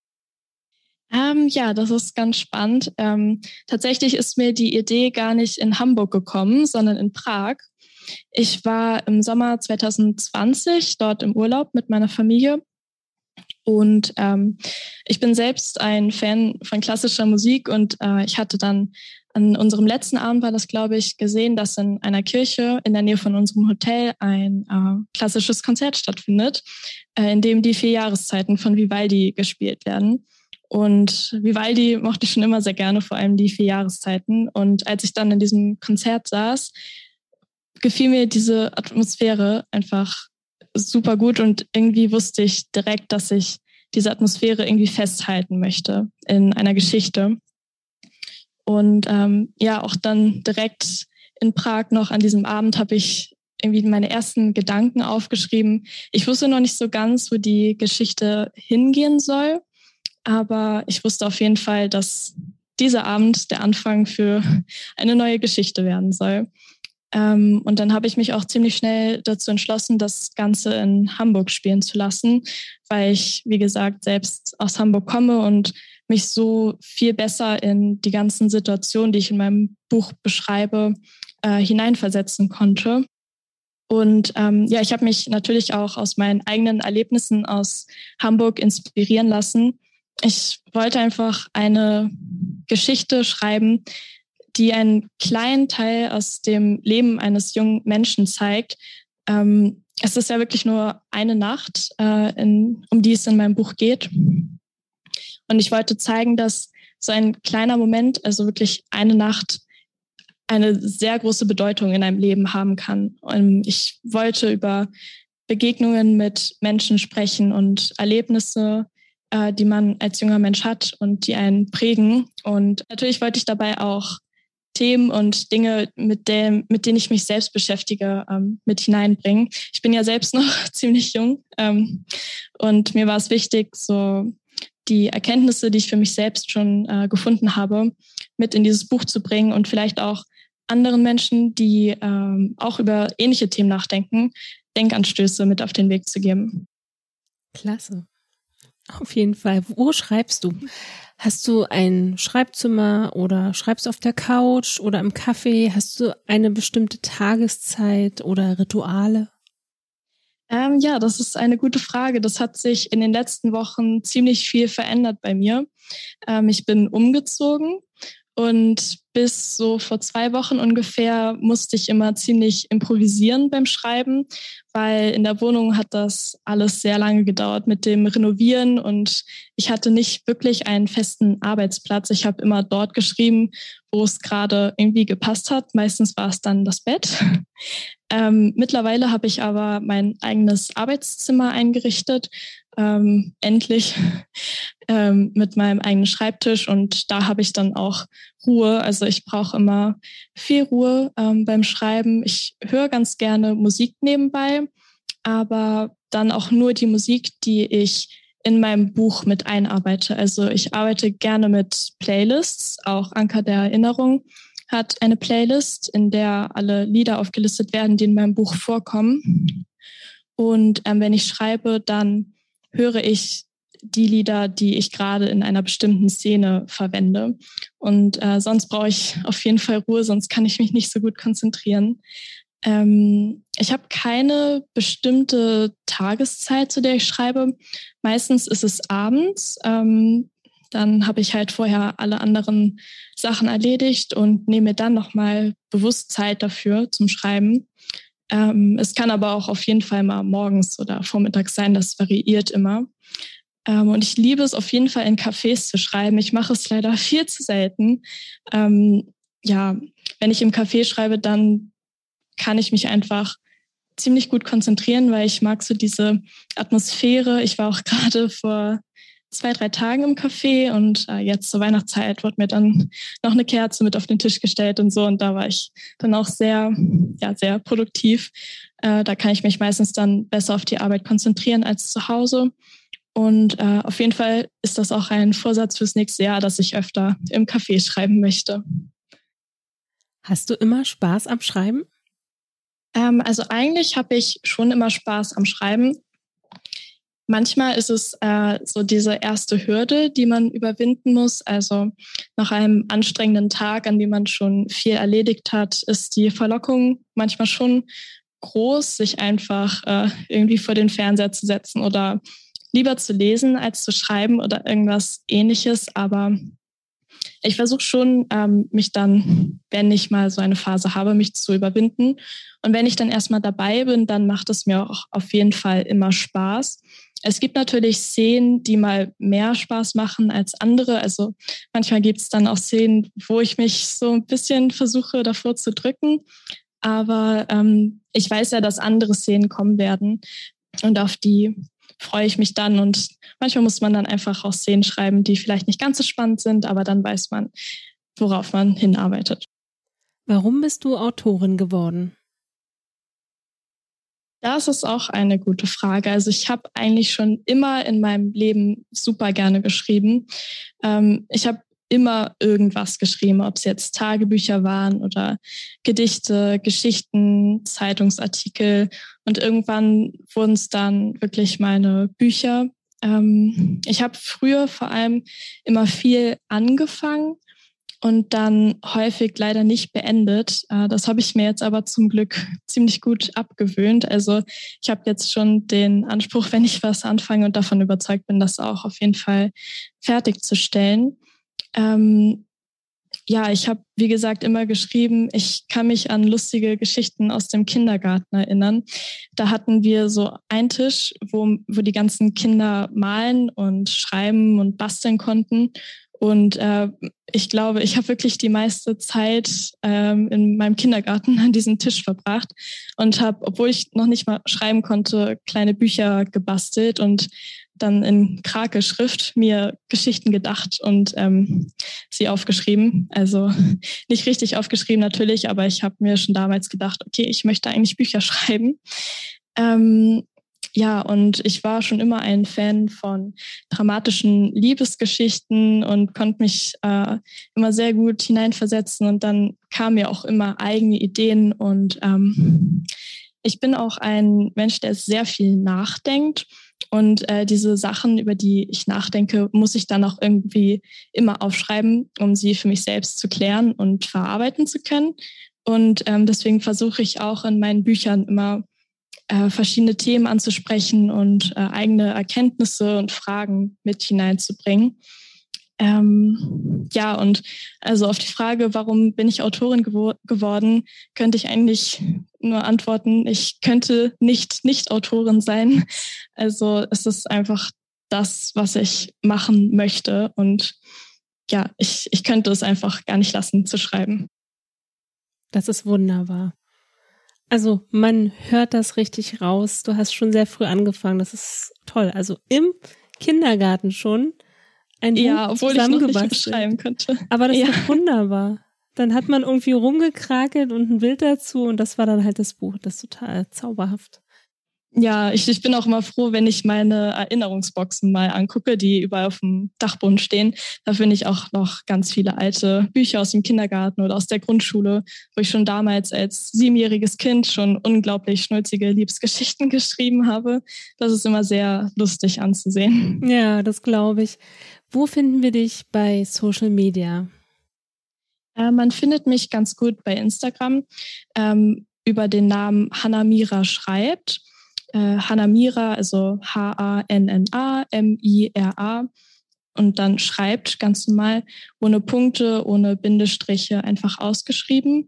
Ja, das ist ganz spannend. Tatsächlich ist mir die Idee gar nicht in Hamburg gekommen, sondern in Prag. Ich war im Sommer 2020 dort im Urlaub mit meiner Familie und ich bin selbst ein Fan von klassischer Musik und ich hatte dann an unserem letzten Abend, war das glaube ich, gesehen, dass in einer Kirche in der Nähe von unserem Hotel ein klassisches Konzert stattfindet, in dem die 4 Jahreszeiten von Vivaldi gespielt werden. Und Vivaldi mochte ich schon immer sehr gerne, vor allem die 4 Jahreszeiten. Und als ich dann in diesem Konzert saß, gefiel mir diese Atmosphäre einfach super gut und irgendwie wusste ich direkt, dass ich diese Atmosphäre irgendwie festhalten möchte in einer Geschichte. Und ja, auch dann direkt in Prag noch an diesem Abend habe ich irgendwie meine ersten Gedanken aufgeschrieben. Ich wusste noch nicht so ganz, wo die Geschichte hingehen soll, aber ich wusste auf jeden Fall, dass dieser Abend der Anfang für eine neue Geschichte werden soll. Und dann habe ich mich auch ziemlich schnell dazu entschlossen, das Ganze in Hamburg spielen zu lassen, weil ich, wie gesagt, selbst aus Hamburg komme und mich so viel besser in die ganzen Situationen, die ich in meinem Buch beschreibe, hineinversetzen konnte. Und ich habe mich natürlich auch aus meinen eigenen Erlebnissen aus Hamburg inspirieren lassen. Ich wollte einfach eine Geschichte schreiben, die einen kleinen Teil aus dem Leben eines jungen Menschen zeigt. Es ist ja wirklich nur eine Nacht, um die es in meinem Buch geht. Und ich wollte zeigen, dass so ein kleiner Moment, also wirklich eine Nacht, eine sehr große Bedeutung in einem Leben haben kann. Und ich wollte über Begegnungen mit Menschen sprechen und Erlebnisse, die man als junger Mensch hat und die einen prägen. Und natürlich wollte ich dabei auch Themen und Dinge, mit denen ich mich selbst beschäftige, mit hineinbringen. Ich bin ja selbst noch ziemlich jung und mir war es wichtig, so die Erkenntnisse, die ich für mich selbst schon gefunden habe, mit in dieses Buch zu bringen und vielleicht auch anderen Menschen, die auch über ähnliche Themen nachdenken, Denkanstöße mit auf den Weg zu geben. Klasse. Auf jeden Fall. Wo schreibst du? Hast du ein Schreibzimmer oder schreibst du auf der Couch oder im Café? Hast du eine bestimmte Tageszeit oder Rituale? Das ist eine gute Frage. Das hat sich in den letzten Wochen ziemlich viel verändert bei mir. Ich bin umgezogen und bis so vor 2 Wochen ungefähr musste ich immer ziemlich improvisieren beim Schreiben, weil in der Wohnung hat das alles sehr lange gedauert mit dem Renovieren und ich hatte nicht wirklich einen festen Arbeitsplatz. Ich habe immer dort geschrieben, wo es gerade irgendwie gepasst hat. Meistens war es dann das Bett. Mittlerweile habe ich aber mein eigenes Arbeitszimmer eingerichtet, endlich mit meinem eigenen Schreibtisch und da habe ich dann auch Ruhe. Also ich brauche immer viel Ruhe beim Schreiben. Ich höre ganz gerne Musik nebenbei, aber dann auch nur die Musik, die ich in meinem Buch mit einarbeite. Also ich arbeite gerne mit Playlists, auch Anker der Erinnerung hat eine Playlist, in der alle Lieder aufgelistet werden, die in meinem Buch vorkommen. Und wenn ich schreibe, dann höre ich die Lieder, die ich gerade in einer bestimmten Szene verwende. Und sonst brauche ich auf jeden Fall Ruhe, sonst kann ich mich nicht so gut konzentrieren. Ich habe keine bestimmte Tageszeit, zu der ich schreibe. Meistens ist es abends. Dann habe ich halt vorher alle anderen Sachen erledigt und nehme mir dann nochmal bewusst Zeit dafür zum Schreiben. Es kann aber auch auf jeden Fall mal morgens oder vormittags sein, das variiert immer. Und ich liebe es auf jeden Fall in Cafés zu schreiben. Ich mache es leider viel zu selten. Wenn ich im Café schreibe, dann kann ich mich einfach ziemlich gut konzentrieren, weil ich mag so diese Atmosphäre. Ich war auch gerade vor 2-3 Tagen im Café und jetzt zur Weihnachtszeit wurde mir dann noch eine Kerze mit auf den Tisch gestellt und so. Und da war ich dann auch sehr produktiv. Da kann ich mich meistens dann besser auf die Arbeit konzentrieren als zu Hause. Und auf jeden Fall ist das auch ein Vorsatz fürs nächste Jahr, dass ich öfter im Café schreiben möchte. Hast du immer Spaß am Schreiben? Also eigentlich habe ich schon immer Spaß am Schreiben. Manchmal ist es so diese erste Hürde, die man überwinden muss. Also nach einem anstrengenden Tag, an dem man schon viel erledigt hat, ist die Verlockung manchmal schon groß, sich einfach irgendwie vor den Fernseher zu setzen oder lieber zu lesen als zu schreiben oder irgendwas Ähnliches. Aber ich versuche schon, mich dann, wenn ich mal so eine Phase habe, mich zu überwinden. Und wenn ich dann erstmal dabei bin, dann macht es mir auch auf jeden Fall immer Spaß. Es gibt natürlich Szenen, die mal mehr Spaß machen als andere. Also manchmal gibt es dann auch Szenen, wo ich mich so ein bisschen versuche, davor zu drücken. Aber ich weiß ja, dass andere Szenen kommen werden und auf die freue ich mich dann. Und manchmal muss man dann einfach auch Szenen schreiben, die vielleicht nicht ganz so spannend sind, aber dann weiß man, worauf man hinarbeitet. Warum bist du Autorin geworden? Das ist auch eine gute Frage. Also ich habe eigentlich schon immer in meinem Leben super gerne geschrieben. Ich habe immer irgendwas geschrieben, ob es jetzt Tagebücher waren oder Gedichte, Geschichten, Zeitungsartikel. Und irgendwann wurden es dann wirklich meine Bücher. Ich habe früher vor allem immer viel angefangen und dann häufig leider nicht beendet. Das habe ich mir jetzt aber zum Glück ziemlich gut abgewöhnt. Also ich habe jetzt schon den Anspruch, wenn ich was anfange und davon überzeugt bin, das auch auf jeden Fall fertigzustellen. Ja, ich habe, wie gesagt, immer geschrieben. Ich kann mich an lustige Geschichten aus dem Kindergarten erinnern. Da hatten wir so einen Tisch, wo die ganzen Kinder malen und schreiben und basteln konnten. Und ich glaube, ich habe wirklich die meiste Zeit in meinem Kindergarten an diesem Tisch verbracht und habe, obwohl ich noch nicht mal schreiben konnte, kleine Bücher gebastelt und dann in Krake-Schrift mir Geschichten gedacht und sie aufgeschrieben. Also nicht richtig aufgeschrieben natürlich, aber ich habe mir schon damals gedacht, okay, ich möchte eigentlich Bücher schreiben. Ja, und ich war schon immer ein Fan von dramatischen Liebesgeschichten und konnte mich immer sehr gut hineinversetzen. Und dann kamen mir auch immer eigene Ideen. Und ich bin auch ein Mensch, der sehr viel nachdenkt. Und diese Sachen, über die ich nachdenke, muss ich dann auch irgendwie immer aufschreiben, um sie für mich selbst zu klären und verarbeiten zu können. Und deswegen versuche ich auch in meinen Büchern immer verschiedene Themen anzusprechen und eigene Erkenntnisse und Fragen mit hineinzubringen. Ja, und also auf die Frage, warum bin ich Autorin geworden, könnte ich eigentlich nur antworten, ich könnte nicht Autorin sein. Also es ist einfach das, was ich machen möchte. Und ja, ich könnte es einfach gar nicht lassen zu schreiben. Das ist wunderbar. Also man hört das richtig raus. Du hast schon sehr früh angefangen. Das ist toll. Also im Kindergarten schon ein Buch obwohl ich noch nicht schreiben könnte. Aber das ist doch wunderbar. Dann hat man irgendwie rumgekrakelt und ein Bild dazu und das war dann halt das Buch. Das ist total zauberhaft. Ja, ich bin auch immer froh, wenn ich meine Erinnerungsboxen mal angucke, die überall auf dem Dachboden stehen. Da finde ich auch noch ganz viele alte Bücher aus dem Kindergarten oder aus der Grundschule, wo ich schon damals als 7-jähriges Kind schon unglaublich schnulzige Liebesgeschichten geschrieben habe. Das ist immer sehr lustig anzusehen. Ja, das glaube ich. Wo finden wir dich bei Social Media? Man findet mich ganz gut bei Instagram über den Namen Hannah Mira schreibt. Hannah Mira, also Hannamira und dann schreibt ganz normal, ohne Punkte, ohne Bindestriche, einfach ausgeschrieben.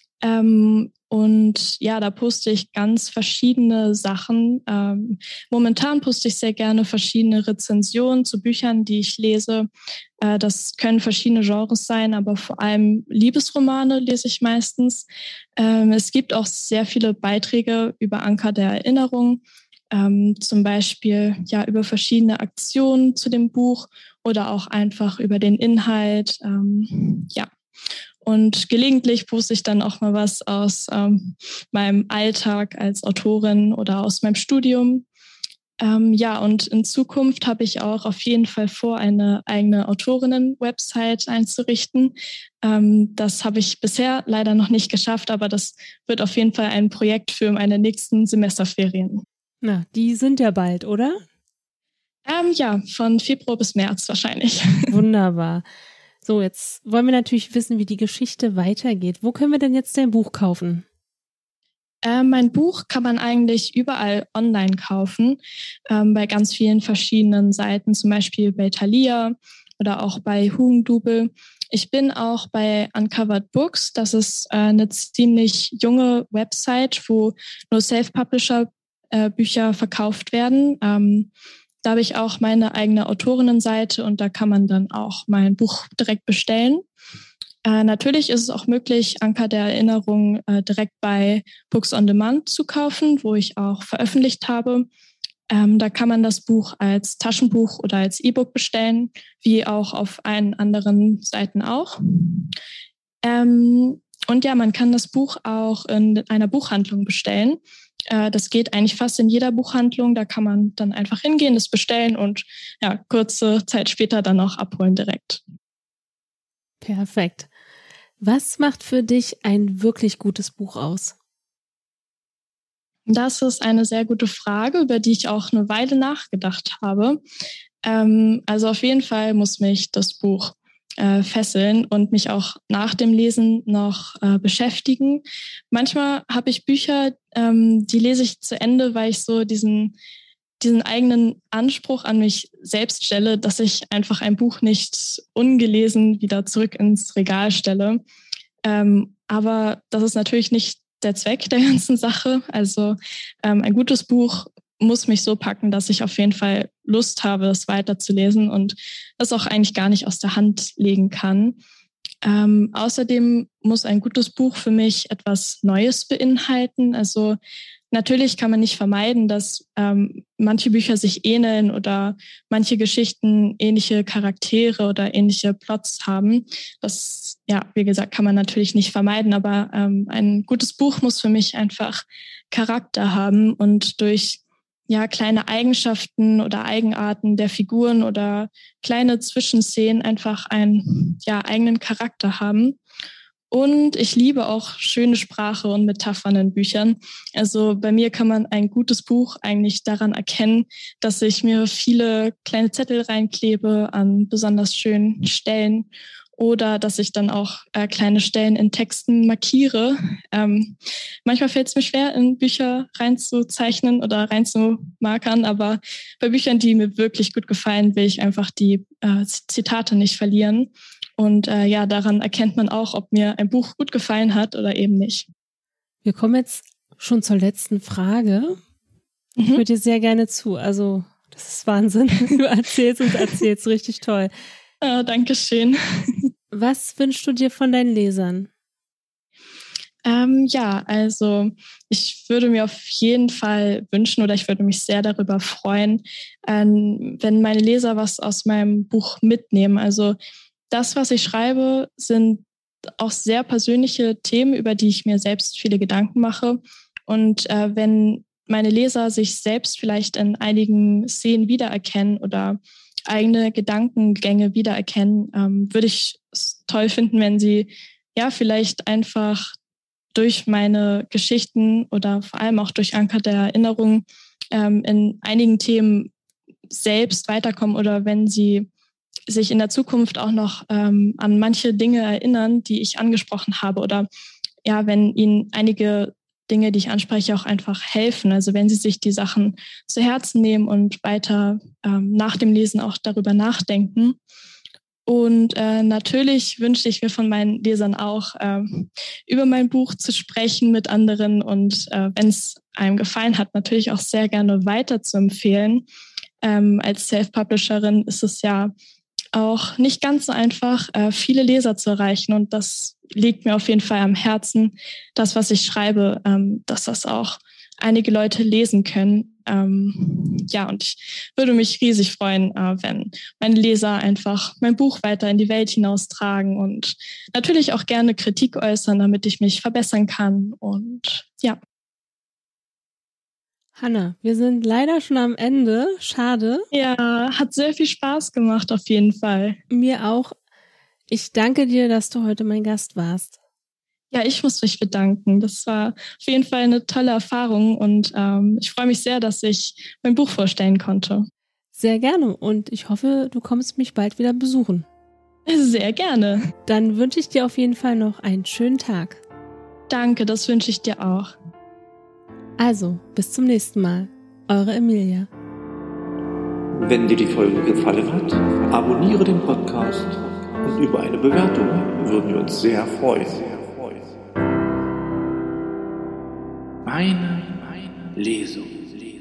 Und ja, da poste ich ganz verschiedene Sachen. Momentan poste ich sehr gerne verschiedene Rezensionen zu Büchern, die ich lese. Das können verschiedene Genres sein, aber vor allem Liebesromane lese ich meistens. Es gibt auch sehr viele Beiträge über Anker der Erinnerung, zum Beispiel ja über verschiedene Aktionen zu dem Buch oder auch einfach über den Inhalt. Ja. Und gelegentlich poste ich dann auch mal was aus meinem Alltag als Autorin oder aus meinem Studium. Ja, und in Zukunft habe ich auch auf jeden Fall vor, eine eigene Autorinnen-Website einzurichten. Das habe ich bisher leider noch nicht geschafft, aber das wird auf jeden Fall ein Projekt für meine nächsten Semesterferien. Na, die sind ja bald, oder? Ja, von Februar bis März wahrscheinlich. Wunderbar. So, jetzt wollen wir natürlich wissen, wie die Geschichte weitergeht. Wo können wir denn jetzt dein Buch kaufen? Mein Buch kann man eigentlich überall online kaufen, bei ganz vielen verschiedenen Seiten, zum Beispiel bei Thalia oder auch bei Hugendubel. Ich bin auch bei Uncovered Books. Das ist eine ziemlich junge Website, wo nur Self-Publisher-Bücher verkauft werden. Da habe ich auch meine eigene Autorinnenseite und da kann man dann auch mein Buch direkt bestellen. Natürlich ist es auch möglich, Anker der Erinnerung direkt bei Books on Demand zu kaufen, wo ich auch veröffentlicht habe. Da kann man das Buch als Taschenbuch oder als E-Book bestellen, wie auch auf allen anderen Seiten auch. Und ja, man kann das Buch auch in einer Buchhandlung bestellen. Das geht eigentlich fast in jeder Buchhandlung. Da kann man dann einfach hingehen, das bestellen und ja, kurze Zeit später dann auch abholen direkt. Perfekt. Was macht für dich ein wirklich gutes Buch aus? Das ist eine sehr gute Frage, über die ich auch eine Weile nachgedacht habe. Also auf jeden Fall muss mich das Buch fesseln und mich auch nach dem Lesen noch beschäftigen. Manchmal habe ich Bücher, die lese ich zu Ende, weil ich so diesen eigenen Anspruch an mich selbst stelle, dass ich einfach ein Buch nicht ungelesen wieder zurück ins Regal stelle. Aber das ist natürlich nicht der Zweck der ganzen Sache. Also ein gutes Buch muss mich so packen, dass ich auf jeden Fall Lust habe, es weiterzulesen und das auch eigentlich gar nicht aus der Hand legen kann. Außerdem muss ein gutes Buch für mich etwas Neues beinhalten. Also natürlich kann man nicht vermeiden, dass manche Bücher sich ähneln oder manche Geschichten ähnliche Charaktere oder ähnliche Plots haben. Das, ja, wie gesagt, kann man natürlich nicht vermeiden, aber ein gutes Buch muss für mich einfach Charakter haben und durch kleine Eigenschaften oder Eigenarten der Figuren oder kleine Zwischenszenen einfach einen eigenen Charakter haben. Und ich liebe auch schöne Sprache und Metaphern in Büchern. Also bei mir kann man ein gutes Buch eigentlich daran erkennen, dass ich mir viele kleine Zettel reinklebe an besonders schönen Stellen oder dass ich dann auch kleine Stellen in Texten markiere. Manchmal fällt es mir schwer, in Bücher reinzuzeichnen oder reinzumarkern, aber bei Büchern, die mir wirklich gut gefallen, will ich einfach die Zitate nicht verlieren. Und daran erkennt man auch, ob mir ein Buch gut gefallen hat oder eben nicht. Wir kommen jetzt schon zur letzten Frage. Ich höre dir sehr gerne zu. Also das ist Wahnsinn. Du erzählst und erzählst richtig toll. Danke schön. Was wünschst du dir von deinen Lesern? Also ich würde mir auf jeden Fall wünschen oder ich würde mich sehr darüber freuen, wenn meine Leser was aus meinem Buch mitnehmen. Also das, was ich schreibe, sind auch sehr persönliche Themen, über die ich mir selbst viele Gedanken mache. Und wenn meine Leser sich selbst vielleicht in einigen Szenen wiedererkennen oder eigene Gedankengänge wiedererkennen, würde ich es toll finden, wenn sie vielleicht einfach durch meine Geschichten oder vor allem auch durch Anker der Erinnerung in einigen Themen selbst weiterkommen oder wenn sie sich in der Zukunft auch noch an manche Dinge erinnern, die ich angesprochen habe oder wenn ihnen einige Dinge, die ich anspreche, auch einfach helfen. Also wenn sie sich die Sachen zu Herzen nehmen und weiter nach dem Lesen auch darüber nachdenken. Und natürlich wünschte ich mir von meinen Lesern auch, über mein Buch zu sprechen mit anderen und wenn es einem gefallen hat, natürlich auch sehr gerne weiter zu empfehlen. Als Self-Publisherin ist es ja auch nicht ganz so einfach, viele Leser zu erreichen. Und das liegt mir auf jeden Fall am Herzen, das, was ich schreibe, dass das auch einige Leute lesen können. Und ich würde mich riesig freuen, wenn meine Leser einfach mein Buch weiter in die Welt hinaustragen und natürlich auch gerne Kritik äußern, damit ich mich verbessern kann. Und ja. Hanna, wir sind leider schon am Ende. Schade. Ja, hat sehr viel Spaß gemacht auf jeden Fall. Mir auch. Ich danke dir, dass du heute mein Gast warst. Ja, ich muss mich bedanken. Das war auf jeden Fall eine tolle Erfahrung und ich freue mich sehr, dass ich mein Buch vorstellen konnte. Sehr gerne und ich hoffe, du kommst mich bald wieder besuchen. Sehr gerne. Dann wünsche ich dir auf jeden Fall noch einen schönen Tag. Danke, das wünsche ich dir auch. Also, bis zum nächsten Mal. Eure Emilia. Wenn dir die Folge gefallen hat, abonniere den Podcast und über eine Bewertung würden wir uns sehr freuen. Meine Lesung.